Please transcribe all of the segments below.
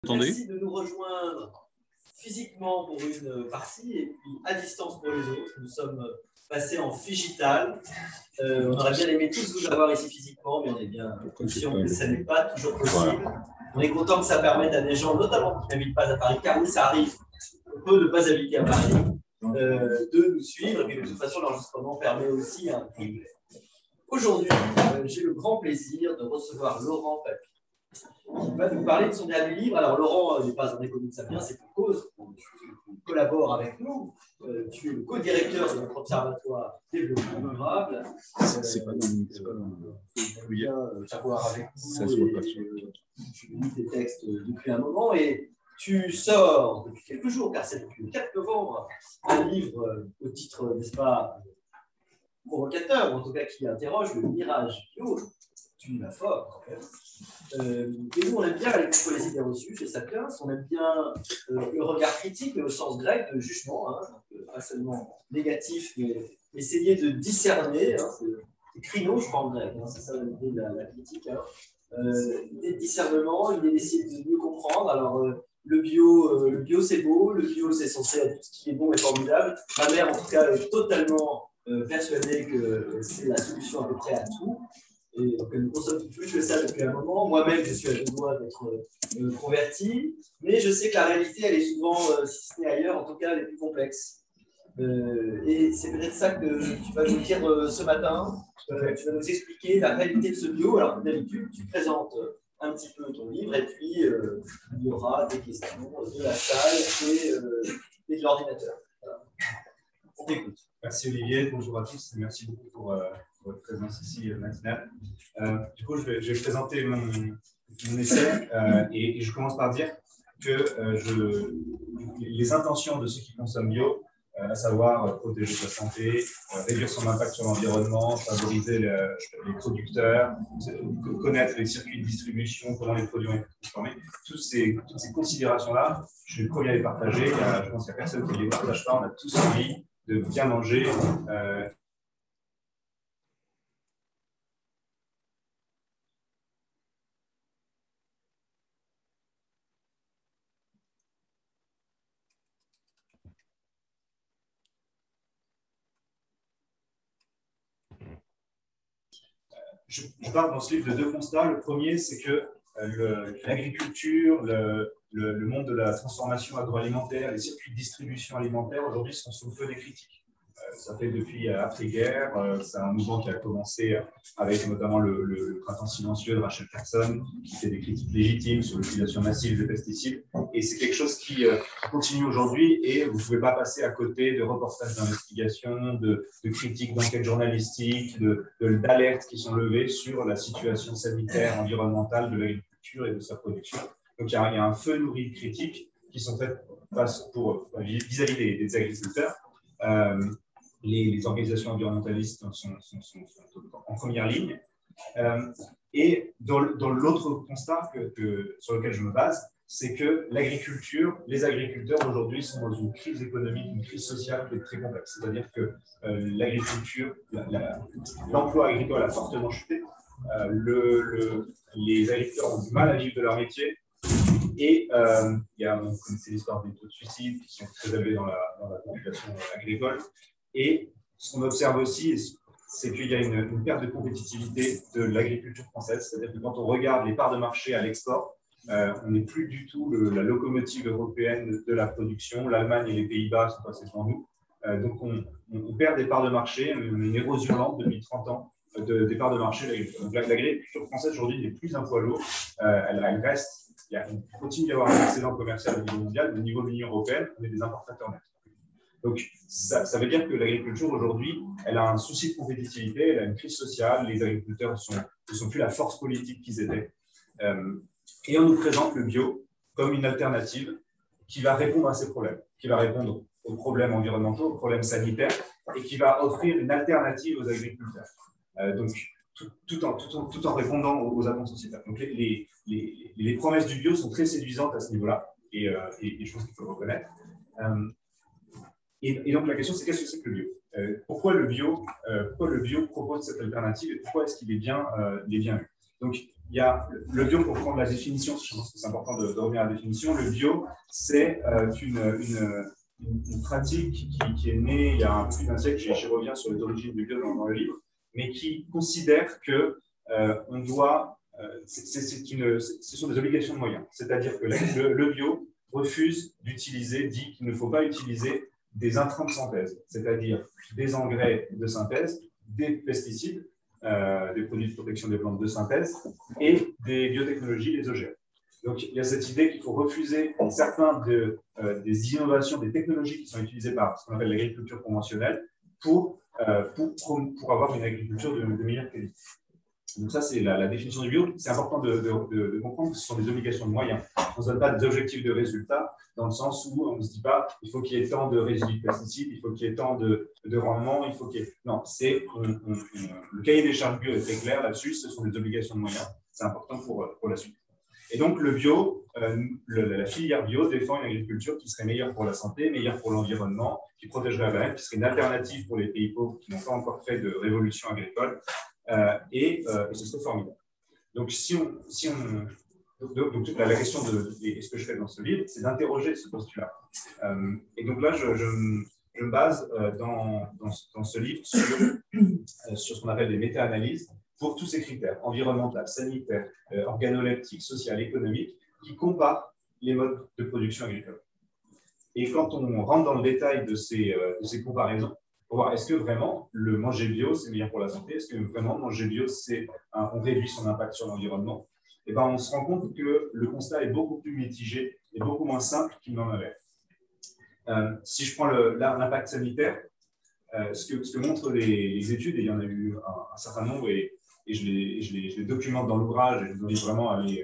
Merci de nous rejoindre physiquement pour une partie et puis à distance pour les autres. Nous sommes passés en figital. On aurait bien aimé tous vous avoir ici physiquement, mais on est bien conscient que ça n'est pas toujours possible. On est content que ça permette à des gens, notamment qui n'habitent pas à Paris, car oui, ça arrive, on peut ne pas habiter à Paris, de nous suivre. Et de toute façon, l'enregistrement permet aussi un privilège. Aujourd'hui, j'ai le grand plaisir de recevoir Laurent Papy, qui va nous parler de son dernier livre. Alors, Laurent n'est pas un économiste sapiens, c'est pour cause. Tu collabores avec nous. Tu es le co-directeur de notre observatoire développement durable. C'est pas dans le bien savoir avec nous. Tu lis tes textes depuis un moment et tu sors depuis quelques jours, car c'est depuis le 4 novembre, un livre au titre, n'est-ce pas, provocateur, ou en tout cas qui interroge le mirage bio. Tu y vas fort, quand même. Et nous, on aime bien la lecture des idées reçues chez Sapiens, on aime bien le regard critique, mais au sens grec de jugement, hein, donc, pas seulement négatif, mais essayer de discerner, hein, c'est crino, je crois en grec, hein, c'est ça l'idée de la critique. Hein. L'idée de discernement, l'idée d'essayer de mieux comprendre. Alors, le bio c'est beau, le bio c'est censé être tout ce qui est bon et formidable. Ma mère, en tout cas, est totalement persuadée que c'est la solution à peu près à tout. Et donc, nous consommons plus, je fais ça depuis un moment. Moi-même, je suis à deux doigts d'être converti, mais je sais que la réalité, elle est souvent, si ce n'est ailleurs, en tout cas, elle est plus complexe. Et c'est peut-être ça que tu vas nous dire ce matin. Tu vas nous expliquer la réalité de ce bio. Alors, comme d'habitude, tu présentes un petit peu ton livre, et puis il y aura des questions de la salle et de l'ordinateur. Voilà. On t'écoute. Merci Olivier, bonjour à tous, merci beaucoup pour votre présence ici matinale. Du coup, je vais présenter mon essai et je commence par dire que les intentions de ceux qui consomment bio, à savoir protéger sa santé, réduire son impact sur l'environnement, favoriser les producteurs, connaître les circuits de distribution, comment les produits ont été transformés, toutes ces considérations-là, je suis le premier à les partager. Je pense qu'il n'y a personne qui ne les partage pas, on a tous envie de bien manger. Je parle dans ce livre de deux constats. Le premier, c'est que l'agriculture, le monde de la transformation agroalimentaire, les circuits de distribution alimentaire aujourd'hui sont sous le feu des critiques. Ça fait depuis après-guerre, c'est un mouvement qui a commencé avec notamment le printemps silencieux de Rachel Carson, qui fait des critiques légitimes sur l'utilisation massive de pesticides. Et c'est quelque chose qui continue aujourd'hui et vous ne pouvez pas passer à côté de reportages d'investigation, de critiques d'enquêtes journalistiques, d'alertes qui sont levées sur la situation sanitaire, environnementale de l'agriculture et de sa production. Donc il y a un feu nourri de critiques qui sont faites vis-à-vis des agriculteurs. Les organisations environnementalistes sont en première ligne. Et dans l'autre constat sur lequel je me base, c'est que les agriculteurs aujourd'hui sont dans une crise économique, une crise sociale qui est très complexe. C'est-à-dire que l'agriculture, l'emploi agricole a fortement chuté. Les agriculteurs ont du mal à vivre de leur métier. Et vous connaissez l'histoire des taux de suicide qui sont très élevés dans la population agricole. Et ce qu'on observe aussi, c'est qu'il y a une perte de compétitivité de l'agriculture française. C'est-à-dire que quand on regarde les parts de marché à l'export, on n'est plus du tout la locomotive européenne de la production. L'Allemagne et les Pays-Bas sont passés devant nous. Donc on perd des parts de marché, une érosion lente depuis 30 ans des parts de marché de l'agriculture. Donc l'agriculture française aujourd'hui n'est plus un poids lourd. Elle reste. Il continue d'y avoir un excédent commercial au niveau mondial. Au niveau de l'Union européenne, on est des importateurs nets. Donc, ça veut dire que l'agriculture, aujourd'hui, elle a un souci de compétitivité, elle a une crise sociale, les agriculteurs ne sont plus la force politique qu'ils étaient. Et on nous présente le bio comme une alternative qui va répondre à ces problèmes, qui va répondre aux problèmes environnementaux, aux problèmes sanitaires, et qui va offrir une alternative aux agriculteurs. Donc, tout en répondant aux attentes sociétales. Donc, les promesses du bio sont très séduisantes à ce niveau-là, et je pense qu'il faut le reconnaître. Et donc, la question, c'est qu'est-ce que c'est que le bio ? Pourquoi le bio propose cette alternative et pourquoi est-ce qu'il est bien vu ? Donc, il y a le bio, pour prendre la définition, je pense que c'est important de revenir à la définition. Le bio, c'est une pratique qui est née il y a un peu plus d'un siècle. J'y reviens sur les origines du bio dans le livre, mais qui considère que on doit. Ce sont des obligations de moyens. C'est-à-dire que le bio refuse d'utiliser, dit qu'il ne faut pas utiliser des intrants de synthèse, c'est-à-dire des engrais de synthèse, des pesticides, des produits de protection des plantes de synthèse et des biotechnologies, les OGM. Donc, il y a cette idée qu'il faut refuser certains des innovations, des technologies qui sont utilisées par ce qu'on appelle l'agriculture conventionnelle pour avoir une agriculture de meilleure qualité. Donc ça, c'est la définition du bio. C'est important de comprendre que ce sont des obligations de moyens. On ne se donne pas des objectifs de résultats dans le sens où on ne se dit pas il faut qu'il y ait tant de résidus de pesticides, il faut qu'il y ait tant de rendement, il faut qu'il y ait… Non, le cahier des charges bio est très clair là-dessus, ce sont des obligations de moyens. C'est important pour la suite. Et donc, le bio, la filière bio défend une agriculture qui serait meilleure pour la santé, meilleure pour l'environnement, qui protégerait la planète, qui serait une alternative pour les pays pauvres qui n'ont pas encore fait de révolution agricole. Et ce serait formidable. Donc, donc la question et ce que je fais dans ce livre, c'est d'interroger ce postulat. Et donc là, je me base dans ce livre sur ce qu'on appelle des méta-analyses pour tous ces critères environnementaux, sanitaires, organoleptiques, social, économiques, qui comparent les modes de production agricole. Et quand on rentre dans le détail de ces comparaisons, pour voir est-ce que vraiment le manger bio, c'est meilleur pour la santé, est-ce que vraiment manger bio, on réduit son impact sur l'environnement, et ben on se rend compte que le constat est beaucoup plus mitigé et beaucoup moins simple qu'il n'en avait. Si je prends l'impact sanitaire, ce que montrent les études, et il y en a eu un certain nombre, et je les documente dans l'ouvrage, et je vous invite vraiment à aller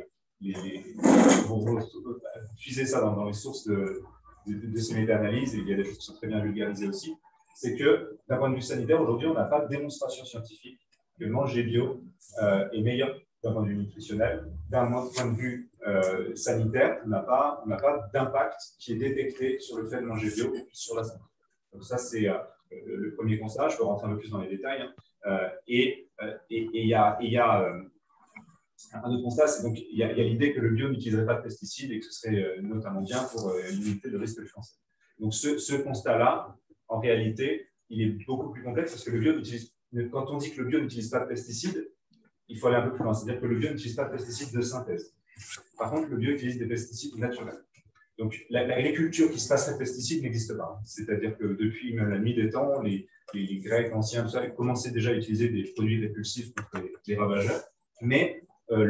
puiser ça dans les sources de ces méta-analyses, et il y a des choses qui sont très bien vulgarisées aussi. C'est que, d'un point de vue sanitaire, aujourd'hui, on n'a pas de démonstration scientifique que manger bio est meilleur d'un point de vue nutritionnel. D'un point de vue sanitaire, on n'a pas d'impact qui est détecté sur le fait de manger bio sur la santé. Donc ça, c'est le premier constat. Je peux rentrer un peu plus dans les détails. Et il y a un autre constat, c'est donc il y a l'idée que le bio n'utiliserait pas de pesticides et que ce serait notamment bien pour limiter le risque de cancer. Donc ce constat-là, en réalité, il est beaucoup plus complexe parce que le bio quand on dit que le bio n'utilise pas de pesticides, il faut aller un peu plus loin. C'est-à-dire que le bio n'utilise pas de pesticides de synthèse. Par contre, le bio utilise des pesticides naturels. Donc, l'agriculture qui se passerait de pesticides n'existe pas. C'est-à-dire que depuis même la nuit des temps, les Grecs anciens, tout ça, commençaient déjà à utiliser des produits répulsifs contre les ravageurs. Mais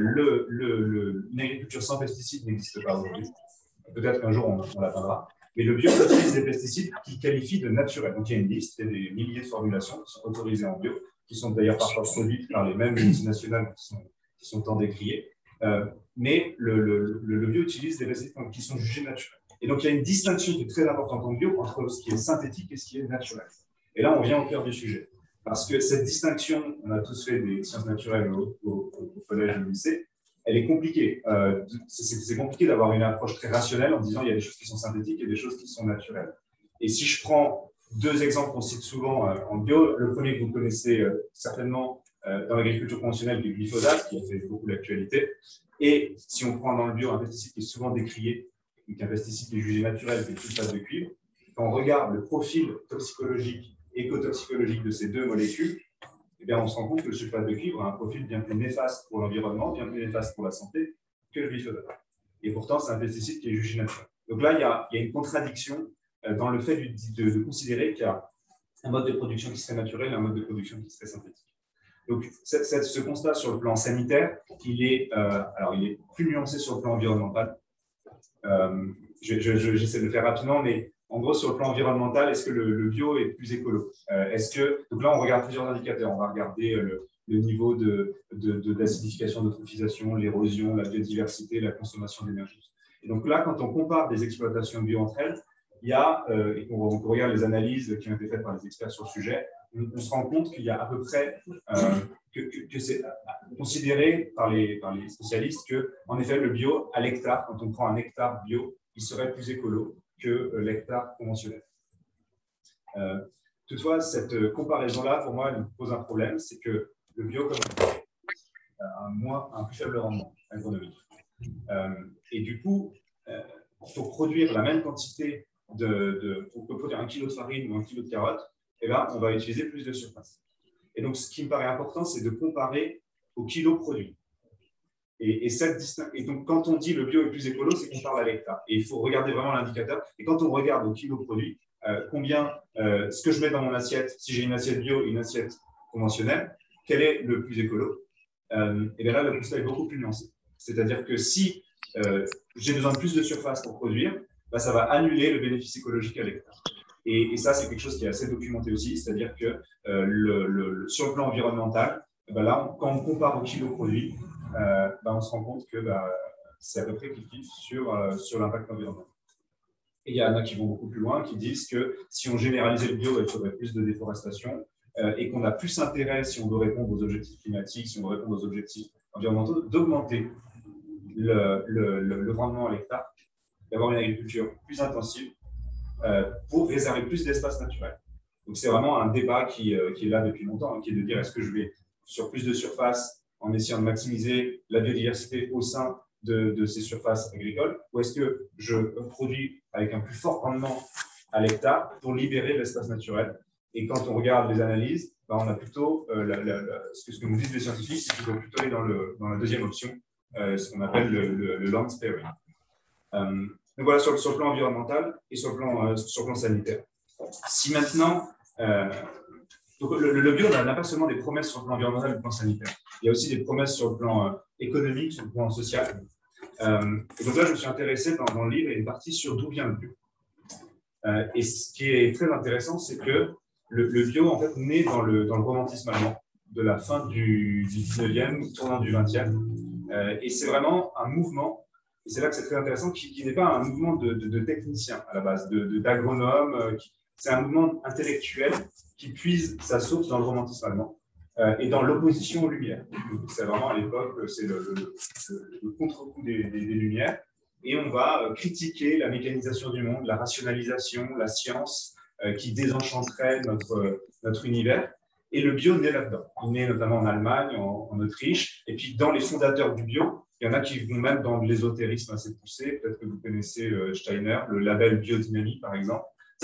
une agriculture sans pesticides n'existe pas aujourd'hui. Peut-être qu'un jour, on l'atteindra. Mais le bio utilise des pesticides qu'il qualifie de naturels. Donc, il y a une liste, il y a des milliers de formulations qui sont autorisées en bio, qui sont d'ailleurs parfois produites par les mêmes multinationales qui sont tant décriées. Mais le bio utilise des pesticides qui sont jugés naturels. Et donc, il y a une distinction qui est très importante en bio entre ce qui est synthétique et ce qui est naturel. Et là, on vient au cœur du sujet. Parce que cette distinction, on a tous fait des sciences naturelles au collège et au lycée, elle est compliquée. C'est compliqué d'avoir une approche très rationnelle en disant il y a des choses qui sont synthétiques et des choses qui sont naturelles. Et si je prends deux exemples qu'on cite souvent en bio, le premier que vous connaissez certainement dans l'agriculture conventionnelle, qui est le glyphosate, qui a fait beaucoup d'actualité. Et si on prend dans le bio un pesticide qui est souvent décrié, donc un pesticide qui est jugé naturel, qui est le sulfate de cuivre, quand on regarde le profil toxicologique, écotoxicologique de ces deux molécules, eh bien, on se rend compte que le sulfate de cuivre a un profil bien plus néfaste pour l'environnement, bien plus néfaste pour la santé que le glyphosate. Et pourtant, c'est un pesticide qui est jugé naturel. Donc là, il y a une contradiction dans le fait de considérer qu'il y a un mode de production qui serait naturel et un mode de production qui serait synthétique. Donc, ce constat sur le plan sanitaire, il est plus nuancé sur le plan environnemental. J'essaie de le faire rapidement, mais en gros, sur le plan environnemental, est-ce que le bio est plus écolo? Donc là, on regarde plusieurs indicateurs. On va regarder le niveau d'acidification, d'eutrophisation, l'érosion, la biodiversité, la consommation d'énergie. Et donc là, quand on compare des exploitations bio entre elles, il y a, et qu'on regarde les analyses qui ont été faites par les experts sur le sujet, on se rend compte qu'il y a à peu près, que c'est considéré par les spécialistes que, en effet, le bio à l'hectare, quand on prend un hectare bio, il serait plus écolo que l'hectare conventionnel. Toutefois, cette comparaison-là, pour moi, elle me pose un problème, c'est que le bio, un plus faible rendement agronomique. Et du coup, pour produire la même quantité pour produire 1 kg de farine ou 1 kg de carottes, eh ben, on va utiliser plus de surface. Et donc, ce qui me paraît important, c'est de comparer au kilo produit. Et donc, quand on dit le bio est plus écolo, c'est qu'on parle à l'hectare. Et il faut regarder vraiment l'indicateur. Et quand on regarde au kilo produit, ce que je mets dans mon assiette, si j'ai une assiette bio et une assiette conventionnelle, quel est le plus écolo? Et bien là, le constat est beaucoup plus nuancé. C'est-à-dire que si j'ai besoin de plus de surface pour produire, bah, ça va annuler le bénéfice écologique à l'hectare. Et ça, c'est quelque chose qui est assez documenté aussi. C'est-à-dire que sur le plan environnemental, bah, là, quand on compare au kilo produit, bah, on se rend compte que bah, c'est à peu près kiff sur l'impact environnemental. Et il y en a qui vont beaucoup plus loin, qui disent que si on généralisait le bio, il faudrait plus de déforestation et qu'on a plus intérêt, si on veut répondre aux objectifs climatiques, si on veut répondre aux objectifs environnementaux, d'augmenter le rendement à l'hectare, d'avoir une agriculture plus intensive pour réserver plus d'espace naturel. Donc c'est vraiment un débat qui est là depuis longtemps, hein, qui est de dire est-ce que je vais sur plus de surface en essayant de maximiser la biodiversité au sein de ces surfaces agricoles, ou est-ce que je produis avec un plus fort rendement à l'hectare pour libérer l'espace naturel? Et quand on regarde les analyses, bah, on a plutôt, ce que nous disent les scientifiques, c'est qu'il faut plutôt aller dans la deuxième option, ce qu'on appelle le land sparing. Donc voilà, sur le plan environnemental et sur le plan sanitaire. Si maintenant, donc le bio n'a pas seulement des promesses sur le plan environnemental et le plan sanitaire, il y a aussi des promesses sur le plan économique, sur le plan social. Et donc là, je me suis intéressé dans le livre, il y a une partie sur d'où vient le bio. Et ce qui est très intéressant, c'est que le bio, en fait, naît dans le romantisme allemand, de la fin du 19e, tournant du 20e. Et c'est vraiment un mouvement, et c'est là que c'est très intéressant, qui n'est pas un mouvement de techniciens à la base, d'agronomes. C'est un mouvement intellectuel qui puise sa source dans le romantisme allemand et dans l'opposition aux Lumières. C'est vraiment à l'époque, c'est le contre-coup des Lumières. Et on va critiquer la mécanisation du monde, la rationalisation, la science qui désenchanterait notre univers. Et le bio naît là-dedans. Il naît notamment en Allemagne, en Autriche. Et puis, dans les fondateurs du bio, il y en a qui vont même dans de l'ésotérisme assez poussé. Peut-être que vous connaissez Steiner, le label biodynamie, par exemple.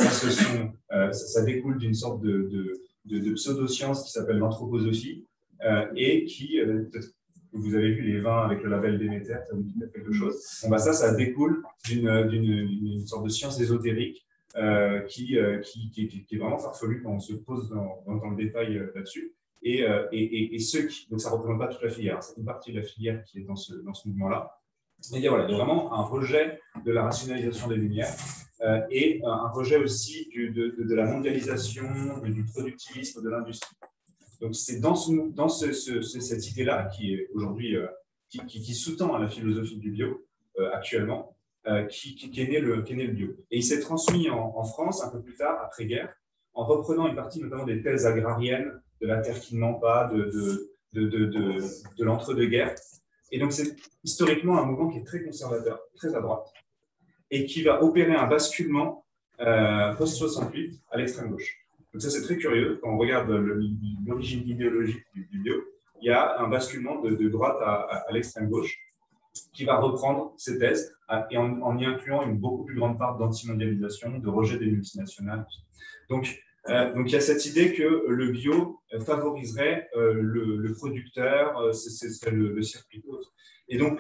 Ça découle d'une sorte de pseudo-science qui s'appelle l'anthroposophie et qui, peut-être que vous avez vu les vins avec le label Déméter, ça vous dit peut-être quelque chose. Bon, bah ça découle d'une sorte de science ésotérique qui est vraiment farfelue quand on se pose dans le détail là-dessus. Et ceux qui, donc ça ne représente pas toute la filière, c'est une partie de la filière qui est dans ce mouvement-là. Mais il y a vraiment un rejet de la rationalisation des Lumières et un rejet aussi de la mondialisation, du productivisme de l'industrie. Donc c'est dans cette idée-là qui est aujourd'hui qui sous-tend à la philosophie du bio actuellement, qui est né le bio. Et il s'est transmis en France un peu plus tard, après-guerre, en reprenant une partie notamment des thèses agrariennes, de la terre qui ne ment pas, de l'entre-deux-guerres. Et donc, c'est historiquement un mouvement qui est très conservateur, très à droite, et qui va opérer un basculement post-68 à l'extrême gauche. Donc ça, c'est très curieux. Quand on regarde l'origine idéologique du bio, il y a un basculement de droite à l'extrême gauche qui va reprendre ces thèses et en y incluant une beaucoup plus grande part d'anti-mondialisation, de rejet des multinationales. Donc, il y a cette idée que le bio favoriserait le producteur, ce serait le circuit autre. Et donc,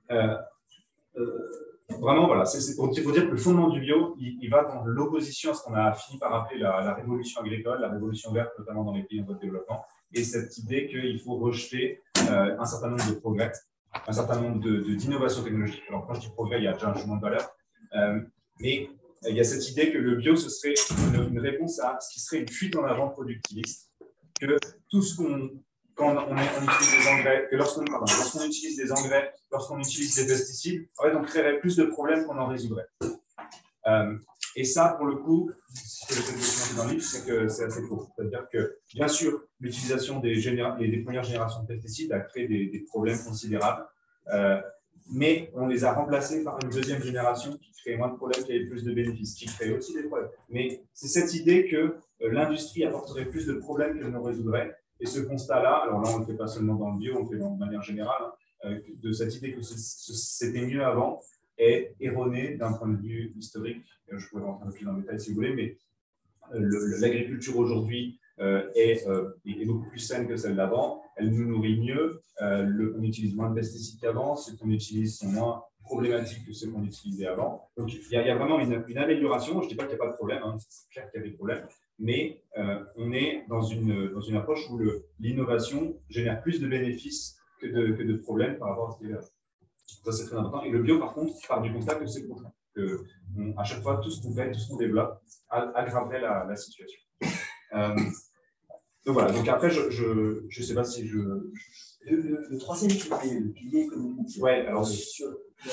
vraiment, voilà, c'est pour dire que le fondement du bio, il va dans l'opposition à ce qu'on a fini par appeler la révolution agricole, la révolution verte, notamment dans les pays en voie de développement, et cette idée qu'il faut rejeter un certain nombre de progrès, un certain nombre d'innovations technologiques. Alors, quand je dis progrès, il y a déjà un jugement de valeur, mais il y a cette idée que le bio, ce serait une réponse à ce qui serait une fuite en avant productiviste, que tout ce quand on utilise des engrais, que lorsqu'on utilise des engrais, lorsqu'on utilise des pesticides, en fait, on créerait plus de problèmes qu'on en résoudrait. Et ça, pour le coup, ce que je vais documenter dans le livre, c'est que c'est assez faux. C'est-à-dire que, bien sûr, l'utilisation des premières générations de pesticides a créé des problèmes considérables, mais on les a remplacés par une deuxième génération qui crée moins de problèmes, qui avait plus de bénéfices, qui crée aussi des problèmes. Mais c'est cette idée que l'industrie apporterait plus de problèmes qu'elle ne résoudrait, Et ce constat-là, alors là, on ne le fait pas seulement dans le bio, on le fait de manière générale, de cette idée que c'était mieux avant, est erronée d'un point de vue historique. Je pourrais rentrer un peu plus dans le détail si vous voulez, mais l'agriculture aujourd'hui est beaucoup plus saine que celle d'avant. Elle nous nourrit mieux. On utilise moins de pesticides qu'avant. Ceux qu'on utilise sont moins problématiques que ceux qu'on utilisait avant. Donc, il y a vraiment une amélioration. Je ne dis pas qu'il n'y a pas de problème. Hein. C'est clair qu'il y a des problèmes. Mais on est dans une approche où l'innovation génère plus de bénéfices que de problèmes par rapport à ce qu'il y avait avant. Ça, c'est très important. Et le bio, par contre, part du constat que c'est le contraire. À chaque fois, tout ce qu'on fait, tout ce qu'on développe aggraverait la situation. Donc voilà, donc après, je ne sais pas si je... Le troisième pilier, le pilier économique, ouais, alors, sur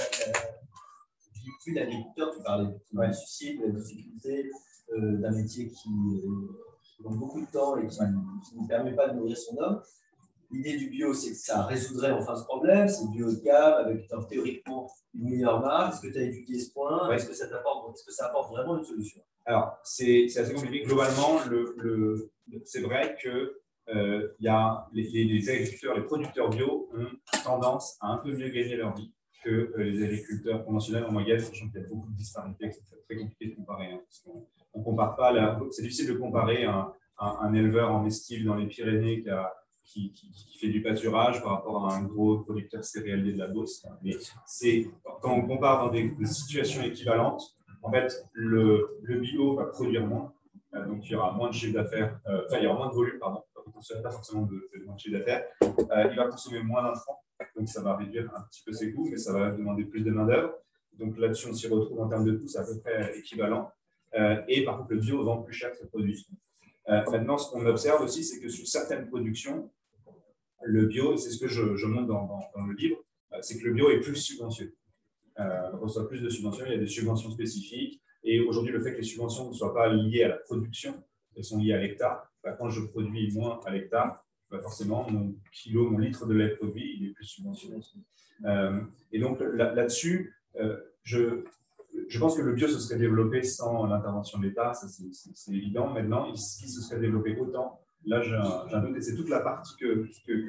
plus d'agriculteurs, tu parlais du suicide, de la difficulté d'un métier qui demande beaucoup de temps et qui ne permet pas de nourrir son homme. L'idée du bio, c'est que ça résoudrait enfin ce problème, c'est bio haut de gamme, avec théoriquement une meilleure marque. Est-ce que tu as étudié ce point? Est-ce que ça apporte vraiment une solution? Alors, c'est assez compliqué. Globalement, c'est vrai que y a les agriculteurs, les producteurs bio ont tendance à un peu mieux gagner leur vie que les agriculteurs conventionnels en moyenne, sachant qu'il y a beaucoup de disparités, c'est très compliqué de comparer. Hein, parce qu'on compare pas, c'est difficile de comparer un éleveur en estive dans les Pyrénées qui fait du pâturage par rapport à un gros producteur céréalier de la Beauce. Mais quand on compare dans des situations équivalentes, en fait, le bio va produire moins, donc il y aura moins de chiffre d'affaires, il y aura moins de volume, pardon, pas forcément de moins de chiffre d'affaires. Il va consommer moins d'intrants, donc ça va réduire un petit peu ses coûts, mais ça va demander plus de main-d'œuvre. Donc là-dessus, on s'y retrouve en termes de coûts, c'est à peu près équivalent. Et par contre, le bio vend plus cher que ce produit. Maintenant, ce qu'on observe aussi, c'est que sur certaines productions, le bio, c'est ce que je montre dans le livre, c'est que le bio est plus subventionné. On reçoit plus de subventions, il y a des subventions spécifiques. Et aujourd'hui, le fait que les subventions ne soient pas liées à la production, elles sont liées à l'hectare. Quand je produis moins à l'hectare, forcément, mon litre de lait produit, il est plus subventionné. Et donc là-dessus, je pense que le bio se serait développé sans l'intervention de l'État, ça c'est évident. Maintenant, ce qui se serait développé autant, là j'ai un doute, et c'est toute la partie que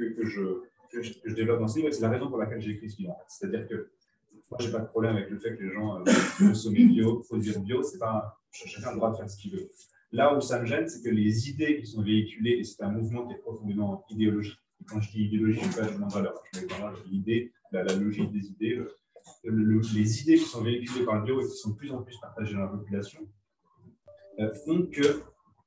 je développe dans ce livre, et c'est la raison pour laquelle j'ai écrit ce livre. C'est-à-dire que moi, je n'ai pas de problème avec le fait que les gens consomment bio, produisent bio, chacun a le droit de faire ce qu'il veut. Là où ça me gêne, c'est que les idées qui sont véhiculées, et c'est un mouvement qui est profondément idéologique. Et quand je dis idéologie, je ne mets pas de valeur. Je mets vraiment l'idée, la logique des idées. Les idées qui sont véhiculées par le bio et qui sont de plus en plus partagées dans la population font que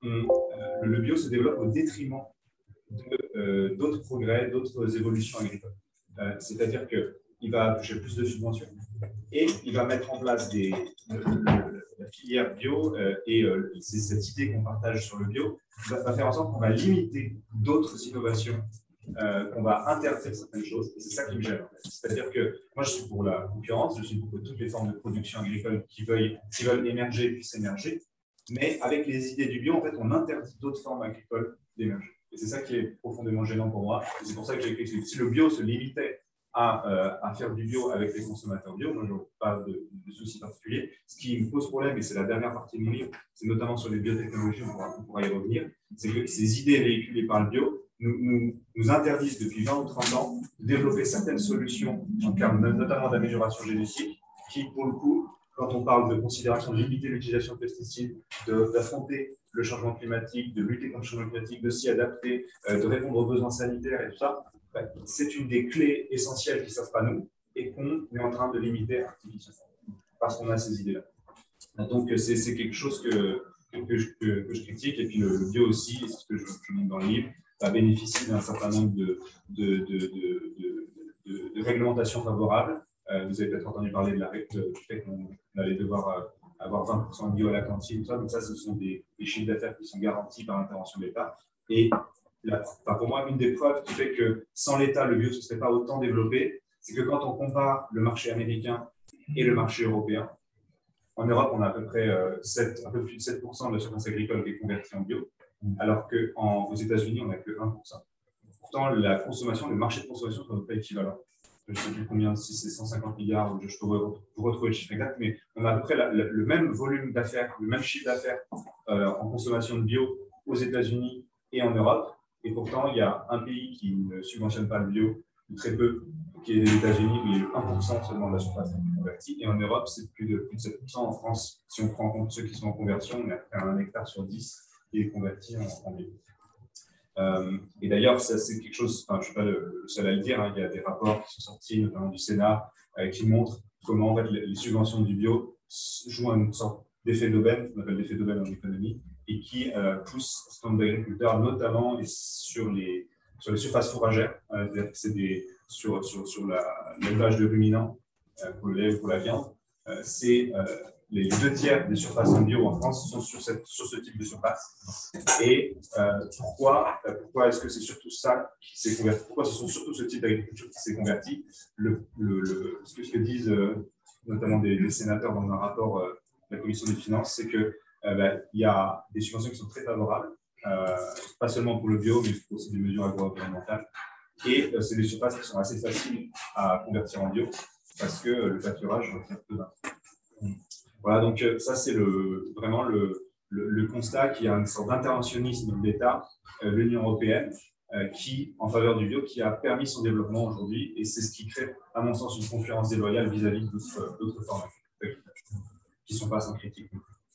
le bio se développe au détriment d'autres progrès, d'autres évolutions agricoles. C'est-à-dire qu'il va toucher plus de subventions et il va mettre en place la filière bio et c'est cette idée qu'on partage sur le bio va faire en sorte qu'on va limiter d'autres innovations, qu'on va interdire certaines choses, et c'est ça qui me gêne. C'est-à-dire que moi, je suis pour la concurrence, je suis pour que toutes les formes de production agricole qui veulent émerger puissent émerger, mais avec les idées du bio, en fait, on interdit d'autres formes agricoles d'émerger. Et c'est ça qui est profondément gênant pour moi, et c'est pour ça que j'ai écrit que si le bio se limitait à faire du bio avec les consommateurs bio, moi, je n'ai pas de souci particulier. Ce qui me pose problème, et c'est la dernière partie de mon livre, c'est notamment sur les biotechnologies, on pourra y revenir, c'est que ces idées véhiculées par le bio nous interdisent depuis 20 ou 30 ans de développer certaines solutions en termes notamment d'amélioration génétique qui, pour le coup, quand on parle de considération de limiter l'utilisation de pesticides, d'affronter le changement climatique, de lutter contre le changement climatique, de s'y adapter, de répondre aux besoins sanitaires et tout ça, c'est une des clés essentielles qui s'offrent à nous et qu'on est en train de limiter artificiellement parce qu'on a ces idées-là. Donc, c'est quelque chose que je critique. Et puis, le bio aussi, c'est ce que je montre dans le livre, va bénéficier d'un certain nombre de réglementations favorables. Vous avez peut-être entendu parler du fait qu'on allait devoir avoir 20% de bio à la cantine, tout ça. Donc, ça, ce sont des chiffres d'affaires qui sont garantis par l'intervention de l'État. Et pour moi, une des preuves qui fait que sans l'État, le bio ne se serait pas autant développé, c'est que quand on compare le marché américain et le marché européen, en Europe, on a à peu près un peu plus de 7% de la surface agricole qui est convertie en bio, alors qu'aux États-Unis, on n'a que 1%. Pourtant, le marché de consommation sont à peu près équivalents. Je ne sais plus combien, si c'est 150 milliards, je peux vous retrouver le chiffre exact, mais on a à peu près le même volume d'affaires, le même chiffre d'affaires en consommation de bio aux États-Unis et en Europe. Et pourtant, il y a un pays qui ne subventionne pas le bio, ou très peu, qui est les États-Unis, où il y a eu 1% seulement de la surface convertie. Et en Europe, c'est plus de 7%. En France, si on prend en compte ceux qui sont en conversion, on est à peu près 1 hectare sur 10 qui est converti en bio. Et d'ailleurs, c'est quelque chose, enfin, je ne suis pas le seul à le dire, hein, il y a des rapports qui sont sortis, notamment du Sénat, qui montrent comment en fait, les subventions du bio jouent une sorte d'effet d'aubaine, qu'on appelle l'effet d'aubaine en économie, et qui poussent un certain nombre d'agriculteurs, notamment sur les surfaces fourragères, c'est sur l'élevage de ruminants pour le lait ou pour la viande. Les 2/3 des surfaces en bio en France sont sur ce type de surface. Et pourquoi est-ce que c'est surtout ça qui s'est converti? Pourquoi ce sont surtout ce type d'agriculture qui s'est converti? Ce que disent notamment des sénateurs dans un rapport de la Commission des finances, c'est qu'il y a des subventions qui sont très favorables, pas seulement pour le bio, mais aussi des mesures agro-environnementales. Et c'est des surfaces qui sont assez faciles à convertir en bio parce que le pâturage retient peu d'impôts. Voilà, donc ça c'est vraiment le constat qu'il y a une sorte d'interventionnisme de l'État, l'Union européenne, qui, en faveur du bio, qui a permis son développement aujourd'hui, et c'est ce qui crée, à mon sens, une concurrence déloyale vis-à-vis d'autres formes qui ne sont pas sans critique.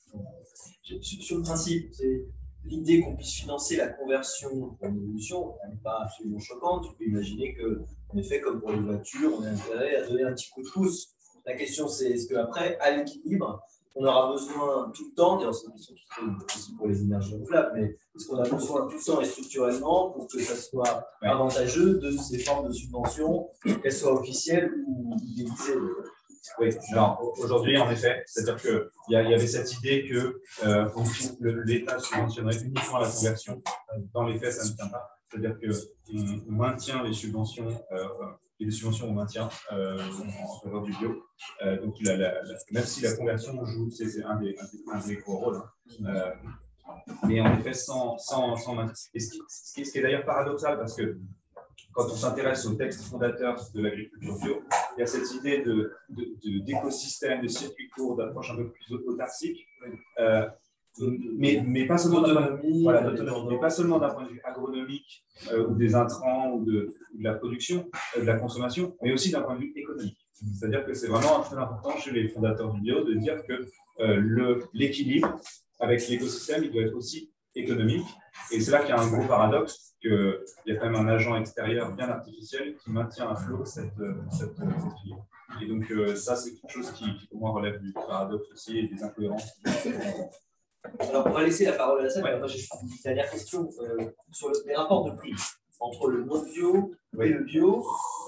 Sur le principe, c'est l'idée qu'on puisse financer la conversion pour l'évolution, elle n'est pas absolument choquante. Tu peux imaginer qu'en effet, comme pour les voitures, on a intérêt à donner un petit coup de pouce. La question, c'est est-ce qu'après, à l'équilibre, on aura besoin tout le temps, d'ailleurs c'est une question qui est aussi pour les énergies renouvelables, mais est-ce qu'on a besoin tout le temps et structurellement pour que ça soit avantageux de ces formes de subventions, qu'elles soient officielles ou déguisées? Oui, alors aujourd'hui, en effet, c'est-à-dire qu'il y avait cette idée que l'État subventionnerait uniquement la conversion. Dans les faits, ça ne tient pas. C'est-à-dire qu'on maintient les subventions, et les subventions au maintien en faveur du bio. Donc, même si la conversion joue, c'est un des gros rôles. Mais en effet, sans maintien. Et ce qui est d'ailleurs paradoxal, parce que quand on s'intéresse au texte fondateur de l'agriculture bio, il y a cette idée d'écosystème, de circuit court, d'approche un peu plus autarcique, mais pas seulement mais pas seulement d'un point de vue agronomique ou des intrants ou de la production, de la consommation, mais aussi d'un point de vue économique. C'est-à-dire que c'est vraiment très important chez les fondateurs du bio de dire que l'équilibre avec l'écosystème, il doit être aussi économique. Et c'est là qu'il y a un gros paradoxe, qu'il y a quand même un agent extérieur bien artificiel qui maintient à flot cette filière. Et donc ça, c'est quelque chose qui, pour moi, relève du paradoxe aussi et des incohérences. Alors, on va laisser la parole à ça. Moi, j'ai une dernière question sur les rapports de prix entre le non-bio et le bio.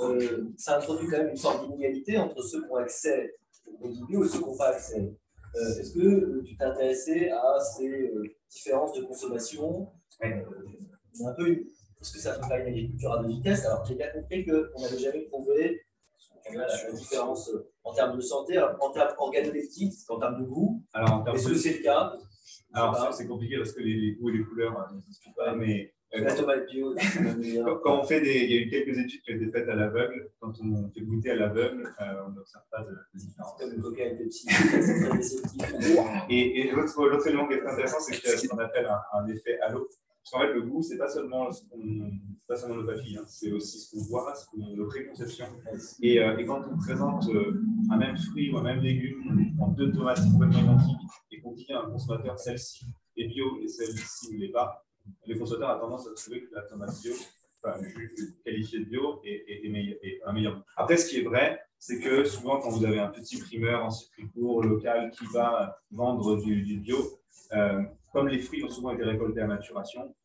Ça introduit quand même une sorte d'inégalité entre ceux qui ont accès au produit bio et ceux qui n'ont pas accès. Est-ce que tu t'es intéressé à ces différences de consommation? Un peu, parce que ça ne fait pas une agriculture à deux vitesses. Alors, j'ai bien compris qu'on n'avait jamais prouvé la différence en termes de santé, en termes organoleptiques, en termes de goût. Est-ce que c'est le cas? Alors, c'est compliqué parce que les goûts et les couleurs ne s'expliquent pas, mais la tomate bio. Quand on fait il y a eu quelques études qui ont été faites à l'aveugle. Quand on fait goûter à l'aveugle, on n'observe pas de différence. Comme le Coca et le Pepsi, c'est très déceptif. Et l'autre élément qui est très intéressant, c'est qu'il y a ce qu'on appelle un effet halo. Parce qu'en fait, le goût, c'est pas seulement nos papilles, hein, c'est aussi ce qu'on voit, nos préconceptions. Et quand on présente un même fruit ou un même légume en deux tomates complètement identiques et qu'on dit à un consommateur celle-ci est bio et celle-ci ne l'est pas, les consommateurs ont tendance à trouver que la tomate bio, enfin, qualifiée de bio, est un meilleur goût. Après, ce qui est vrai, c'est que souvent, quand vous avez un petit primeur en circuit court, local, qui va vendre du bio, comme les fruits ont souvent été récoltés à maturation,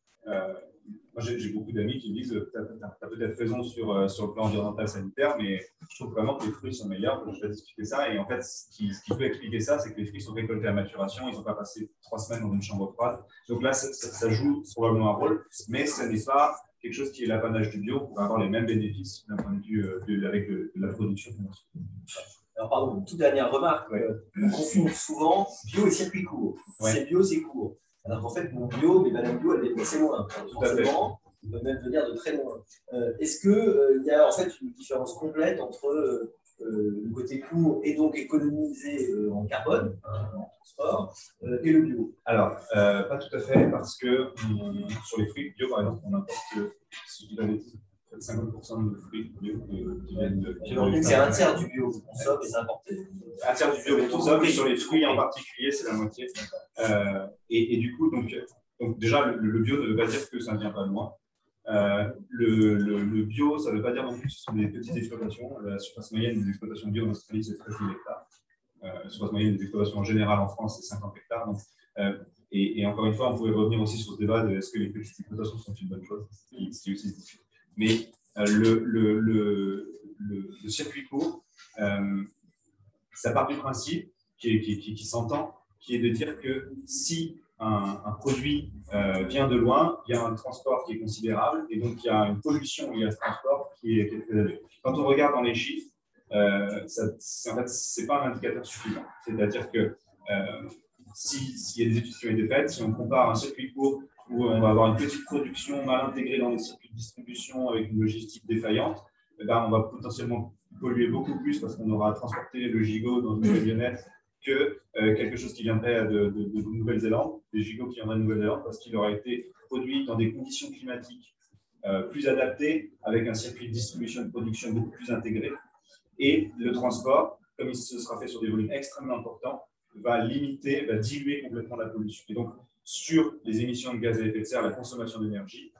moi j'ai beaucoup d'amis qui me disent tu as peut-être raison sur le plan environnemental sanitaire, mais je trouve vraiment que les fruits sont meilleurs. Je vais expliquer ça. Et en fait, ce qui peut expliquer ça, c'est que les fruits sont récoltés à maturation, ils n'ont pas passé 3 semaines dans une chambre froide. Donc là, ça joue probablement un rôle, mais ce n'est pas quelque chose qui est l'apanage du bio pour avoir les mêmes bénéfices d'un point de vue avec de la production. Alors, pardon, une toute dernière remarque. On confond souvent bio et circuit court. C'est bio, c'est court. Alors qu'en fait, mon bio, mes bananes bio, elles déplacent loin. Forcément, ils peuvent même venir de très loin. Est-ce qu'il y a en fait une différence complète entre le côté court et donc économisé en carbone, transport, et le bio? Alors, pas tout à fait, parce que sur les fruits bio, par exemple, on importe, si je dis la bêtise, 50% de fruits bio qui viennent de. C'est un tiers du bio qu'on consomme et c'est importé. Un tiers du bio qu'on consomme, et sur les fruits en particulier, c'est la moitié. Et du coup, donc déjà, le bio ne veut pas dire que ça ne vient pas de loin. Le bio, ça ne veut pas dire non plus que ce sont des petites exploitations. La surface moyenne des exploitations bio en Australie, c'est 13 000 hectares. La surface moyenne des exploitations en général en France, c'est 50 hectares. Donc, et encore une fois, on pourrait revenir aussi sur ce débat de est-ce que les petites exploitations sont une bonne chose, ce qui est aussi difficile. Mais le circuit court, ça part du principe qui s'entend, qui est de dire que si un produit vient de loin, il y a un transport qui est considérable et donc il y a une pollution liée à ce transport qui est très élevée. Quand on regarde dans les chiffres, en fait, ce n'est pas un indicateur suffisant. C'est-à-dire que s'il y a des études qui ont été faites, si on compare un circuit court où on va avoir une petite production mal intégrée dans les circuits de distribution avec une logistique défaillante, eh ben, on va potentiellement polluer beaucoup plus parce qu'on aura transporté le gigot dans une camionnette que quelque chose qui viendrait de Nouvelle-Zélande, des gigots qui viendraient de Nouvelle-Zélande, parce qu'il aura été produit dans des conditions climatiques plus adaptées, avec un circuit de distribution et de production beaucoup plus intégré. Et le transport, comme il se sera fait sur des volumes extrêmement importants, va diluer complètement la pollution. Et donc, sur les émissions de gaz à effet de serre, la consommation d'énergie,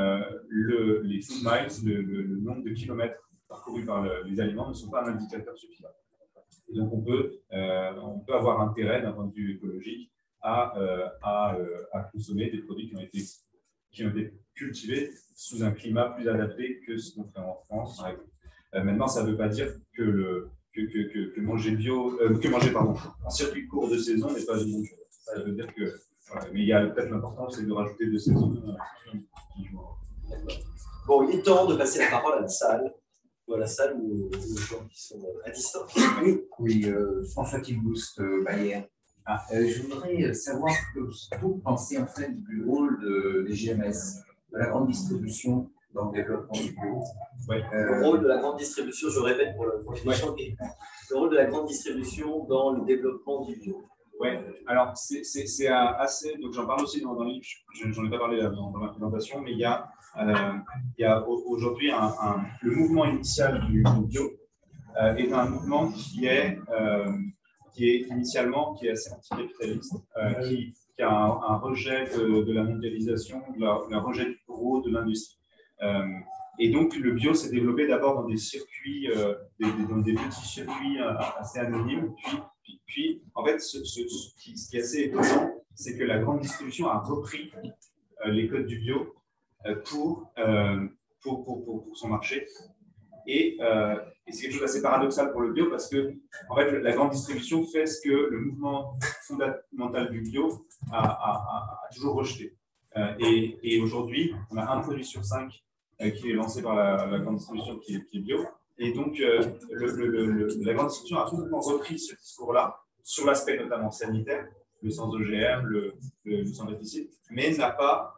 les food miles, le nombre de kilomètres parcourus par les aliments ne sont pas un indicateur suffisant. Et donc, on peut avoir intérêt, d'un point de vue écologique, à consommer des produits qui ont été cultivés sous un climat plus adapté que ce qu'on fait en France, par exemple. Maintenant, ça ne veut pas dire que manger en circuit court de saison n'est pas une bonne chose. Ça veut dire que, mais il y a peut-être l'importance, c'est de rajouter de saison qui joue. Bon, il est temps de passer la parole à la salle, ou à la salle ou aux gens qui sont à distance. Oui, François Tilboust, Bayer. Je voudrais savoir ce que vous pensez en fait du rôle des GMS, de la grande distribution dans le développement du bio. Le rôle de la grande distribution, je répète pour le prochain le rôle de la grande distribution dans le développement du bio. Oui, alors c'est assez, donc j'en parle aussi dans le livre, j'en ai pas parlé dans ma présentation, mais il y a aujourd'hui le mouvement initial du bio est un mouvement qui est initialement assez anticapitaliste, qui a un rejet de la mondialisation, un rejet du gros de l'industrie. Et donc, le bio s'est développé d'abord dans des circuits, dans des petits circuits assez anonymes. Puis en fait, ce qui est assez étonnant, c'est que la grande distribution a repris les codes du bio pour son marché. Et c'est quelque chose d'assez paradoxal pour le bio parce que en fait, la grande distribution fait ce que le mouvement fondamental du bio a toujours rejeté. Et aujourd'hui, on a un produit sur 5 qui est lancé par la grande distribution qui est bio. Et donc, la grande distribution a complètement repris ce discours-là sur l'aspect notamment sanitaire, le sans OGM, le sans pesticide, mais n'a pas.